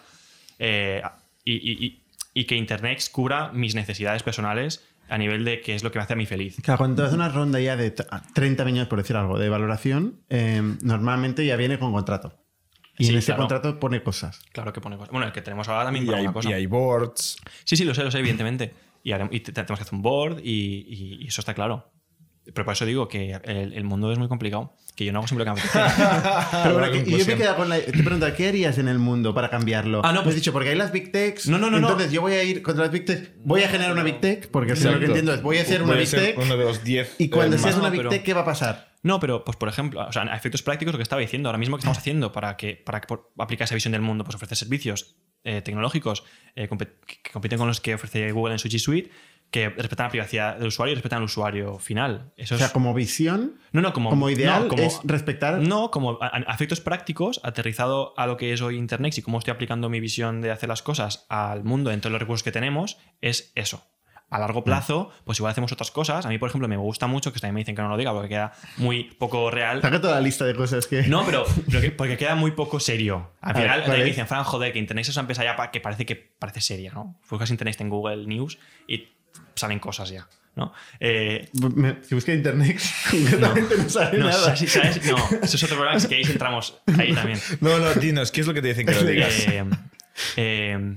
eh, y, y- y- y que Internet cubra mis necesidades personales a nivel de qué es lo que me hace a mí feliz. Claro, cuando te haces una ronda ya de treinta millones, por decir algo, de valoración, eh, normalmente ya viene con contrato. Y Sí, en ese claro. contrato pone cosas. Claro que pone cosas. Bueno, el que tenemos ahora también y, pone hay, una cosa. y hay boards. Sí, sí, lo sé, lo sé, evidentemente. Y, haremos- y te- tenemos que hacer un board y, y- y eso está claro. Pero por eso digo que el, el mundo es muy complicado. Que yo no hago siempre lo que me apetece. Pero bueno, la que- y yo me conclusión. he quedado con la. Te pregunto, ¿qué harías en el mundo para cambiarlo? Ah, no, Me pues- has dicho, porque hay las Big Techs. No, no, no, no. Entonces yo voy a ir contra las Big Techs. Voy a generar una Big Tech, porque si lo que Exacto. entiendo es, voy a hacer una Voy a Big ser Tech. uno de los diez. Y cuando eh, seas más- una no, Big pero- Tech, ¿qué va a pasar? No, pero pues por ejemplo, o sea, a efectos prácticos lo que estaba diciendo, ahora mismo que estamos haciendo para que para que por- aplicar esa visión del mundo, pues ofrecer servicios eh, tecnológicos eh, compet- que compiten con los que ofrece Google en su G Suite, que respetan la privacidad del usuario y respetan al usuario final. Eso O sea, es, como visión, no, no, como, como ideal, no, como- es respetar. No, como a, a efectos prácticos, aterrizado a lo que es hoy Internet y cómo estoy aplicando mi visión de hacer las cosas al mundo dentro de los recursos que tenemos, es eso. A largo plazo, pues igual hacemos otras cosas. A mí, por ejemplo, me gusta mucho, que también me dicen que no lo diga porque queda muy poco real. Saca toda la lista de cosas que. No, pero, pero que- porque queda muy poco serio. Al A ver, final, ¿cuál también me es? dicen, Fran, joder, que Internet es una empresa ya pa- que parece que parece seria, ¿no? Buscas Internet en Google News y salen cosas ya, ¿no? Eh, Me- si buscas internet, concretamente no, sale no, nada. ¿sabes? ¿sabes? No, eso es otro problema, si queréis entramos ahí también. No, no, dinos, ¿qué es lo que te dicen que no digas? Eh, eh,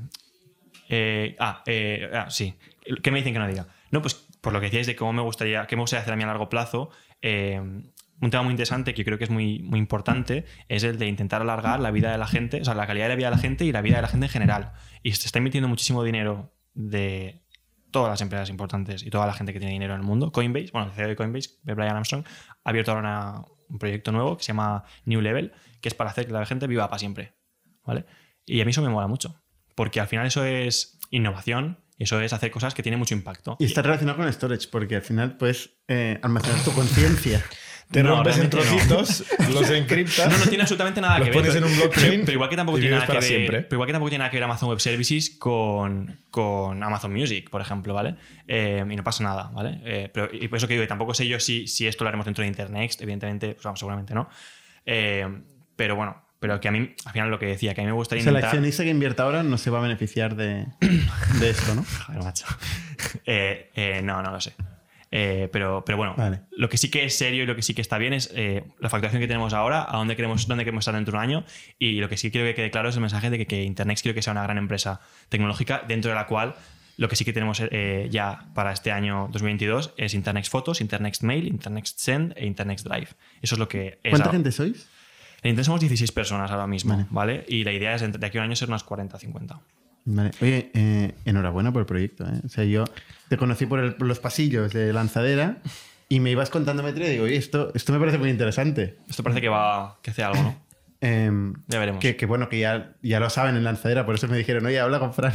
eh, ah, eh, ah, sí. ¿Qué me dicen que no diga? No, pues por lo que decíais de cómo me gustaría, qué me gustaría hacer a mí a largo plazo, eh, un tema muy interesante que yo creo que es muy, muy importante es el de intentar alargar la vida de la gente, o sea, la calidad de la vida de la gente y la vida de la gente en general. Y se está invirtiendo muchísimo dinero de todas las empresas importantes y toda la gente que tiene dinero en el mundo. Coinbase, bueno, el C E O de Coinbase, de Brian Armstrong, ha abierto ahora una- un proyecto nuevo que se llama New Level, que es para hacer que la gente viva para siempre, ¿vale? Y a mí eso me mola mucho, porque al final eso es innovación, eso es hacer cosas que tienen mucho impacto. Y está relacionado con storage, porque al final puedes eh, almacenar tu conciencia. Te No, rompes en realmente no. trocitos, los encriptas. No, no tiene absolutamente nada Los que ver. pones pero- en un blockchain Pero, pero igual que tampoco y tiene vives nada que para ver. siempre. Pero igual que tampoco tiene nada que ver Amazon Web Services con, con Amazon Music, por ejemplo, ¿vale? Eh, y no pasa nada, ¿vale? Eh, pero, y por eso que digo, y tampoco sé yo si, si esto lo haremos dentro de Internext, evidentemente, pues vamos, seguramente no. Eh, pero bueno, pero que a mí, al final lo que decía, que a mí me O gustaría sea, el intentar. accionista que invierta ahora no se va a beneficiar de, de esto, ¿no? Joder, macho. Eh, eh, no, no lo sé. Eh, pero, pero bueno, Vale. lo que sí que es serio y lo que sí que está bien es eh, la facturación que tenemos ahora, a dónde queremos, dónde queremos estar dentro de un año. Y lo que sí quiero que quede claro es el mensaje de que, que Internext quiero que sea una gran empresa tecnológica dentro de la cual lo que sí que tenemos eh, ya para este año dos mil veintidós es Internext Fotos, Internext Mail, Internext Send e Internext Drive. Eso es lo que es. ¿Cuánta ahora. gente sois? En Internet somos dieciséis personas ahora mismo, Vale. ¿vale? Y la idea es de aquí a un año ser unas cuarenta, cincuenta. Vale. Oye, eh, enhorabuena por el proyecto. ¿eh? O sea, yo te conocí por, el- por los pasillos de Lanzadera y me ibas contando metría y digo, oye, esto, esto me parece muy interesante. Esto parece que va que hace algo, ¿no? Em, Ya veremos. Que, que bueno, que ya, ya lo saben en Lanzadera, por eso me dijeron, oye, habla con Fran.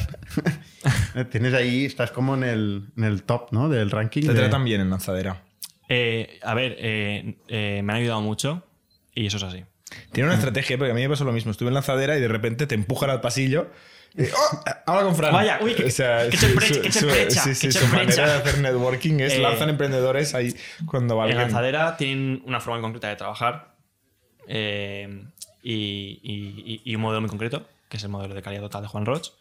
Tienes ahí, estás como en el, en el top, ¿no? Del ranking. Te de- tratan bien en lanzadera. Eh, a ver, eh, eh, me han ayudado mucho y eso es así. Tiene una estrategia, porque a mí me pasó lo mismo. Estuve en lanzadera y de repente te empujan al pasillo. Y, ¡oh! Habla con Fran. Vaya, uy, que- que su- sorpresa, su- que su- sorpresa, Sí, sí, que su sorpresa. manera de hacer networking es Eh, lanzan emprendedores ahí cuando va En alguien. Lanzadera tienen una forma muy concreta de trabajar eh, y, y- y- y un modelo muy concreto, que es el modelo de calidad total de Juan Roig.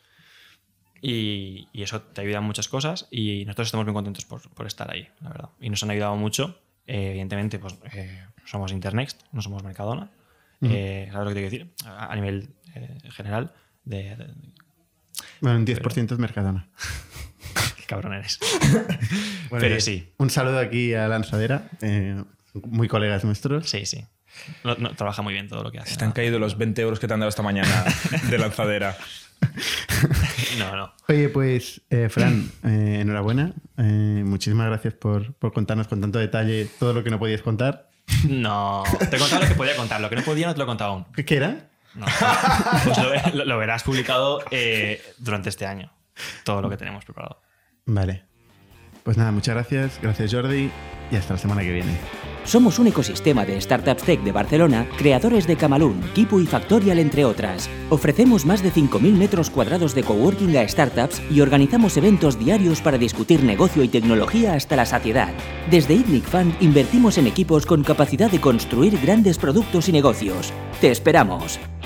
Y, y eso te ayuda en muchas cosas y nosotros estamos muy contentos por, por estar ahí, la verdad. Y nos han ayudado mucho. Eh, evidentemente, pues eh, somos Internext, no somos Mercadona. Eh, ¿Sabes lo que te quiero decir? A, a nivel eh, general. De, de- Bueno, un diez por ciento es Mercadona. cabrón eres. Bueno, Pero eh, sí. Un saludo aquí a Lanzadera, eh, muy colegas nuestros. Sí, sí. No, no, trabaja muy bien todo lo que hace. Te han caído los veinte euros que te han dado esta mañana de lanzadera. No, no. Oye, pues, eh, Fran, eh, enhorabuena. Eh, muchísimas gracias por, por contarnos con tanto detalle todo lo que no podías contar. No. Te he contado lo que podía contar. Lo que no podía no te lo he contado aún. ¿Qué, qué era? No. Pues lo, lo- lo verás publicado eh, durante este año. Todo lo que tenemos preparado. Vale. Pues nada, muchas gracias. Gracias, Jordi. Y hasta la semana que viene. Somos un ecosistema de startups tech de Barcelona, creadores de Camalún, Kipu y Factorial, entre otras. Ofrecemos más de cinco mil metros cuadrados de coworking a startups y organizamos eventos diarios para discutir negocio y tecnología hasta la saciedad. Desde Itnic Fund invertimos en equipos con capacidad de construir grandes productos y negocios. ¡Te esperamos!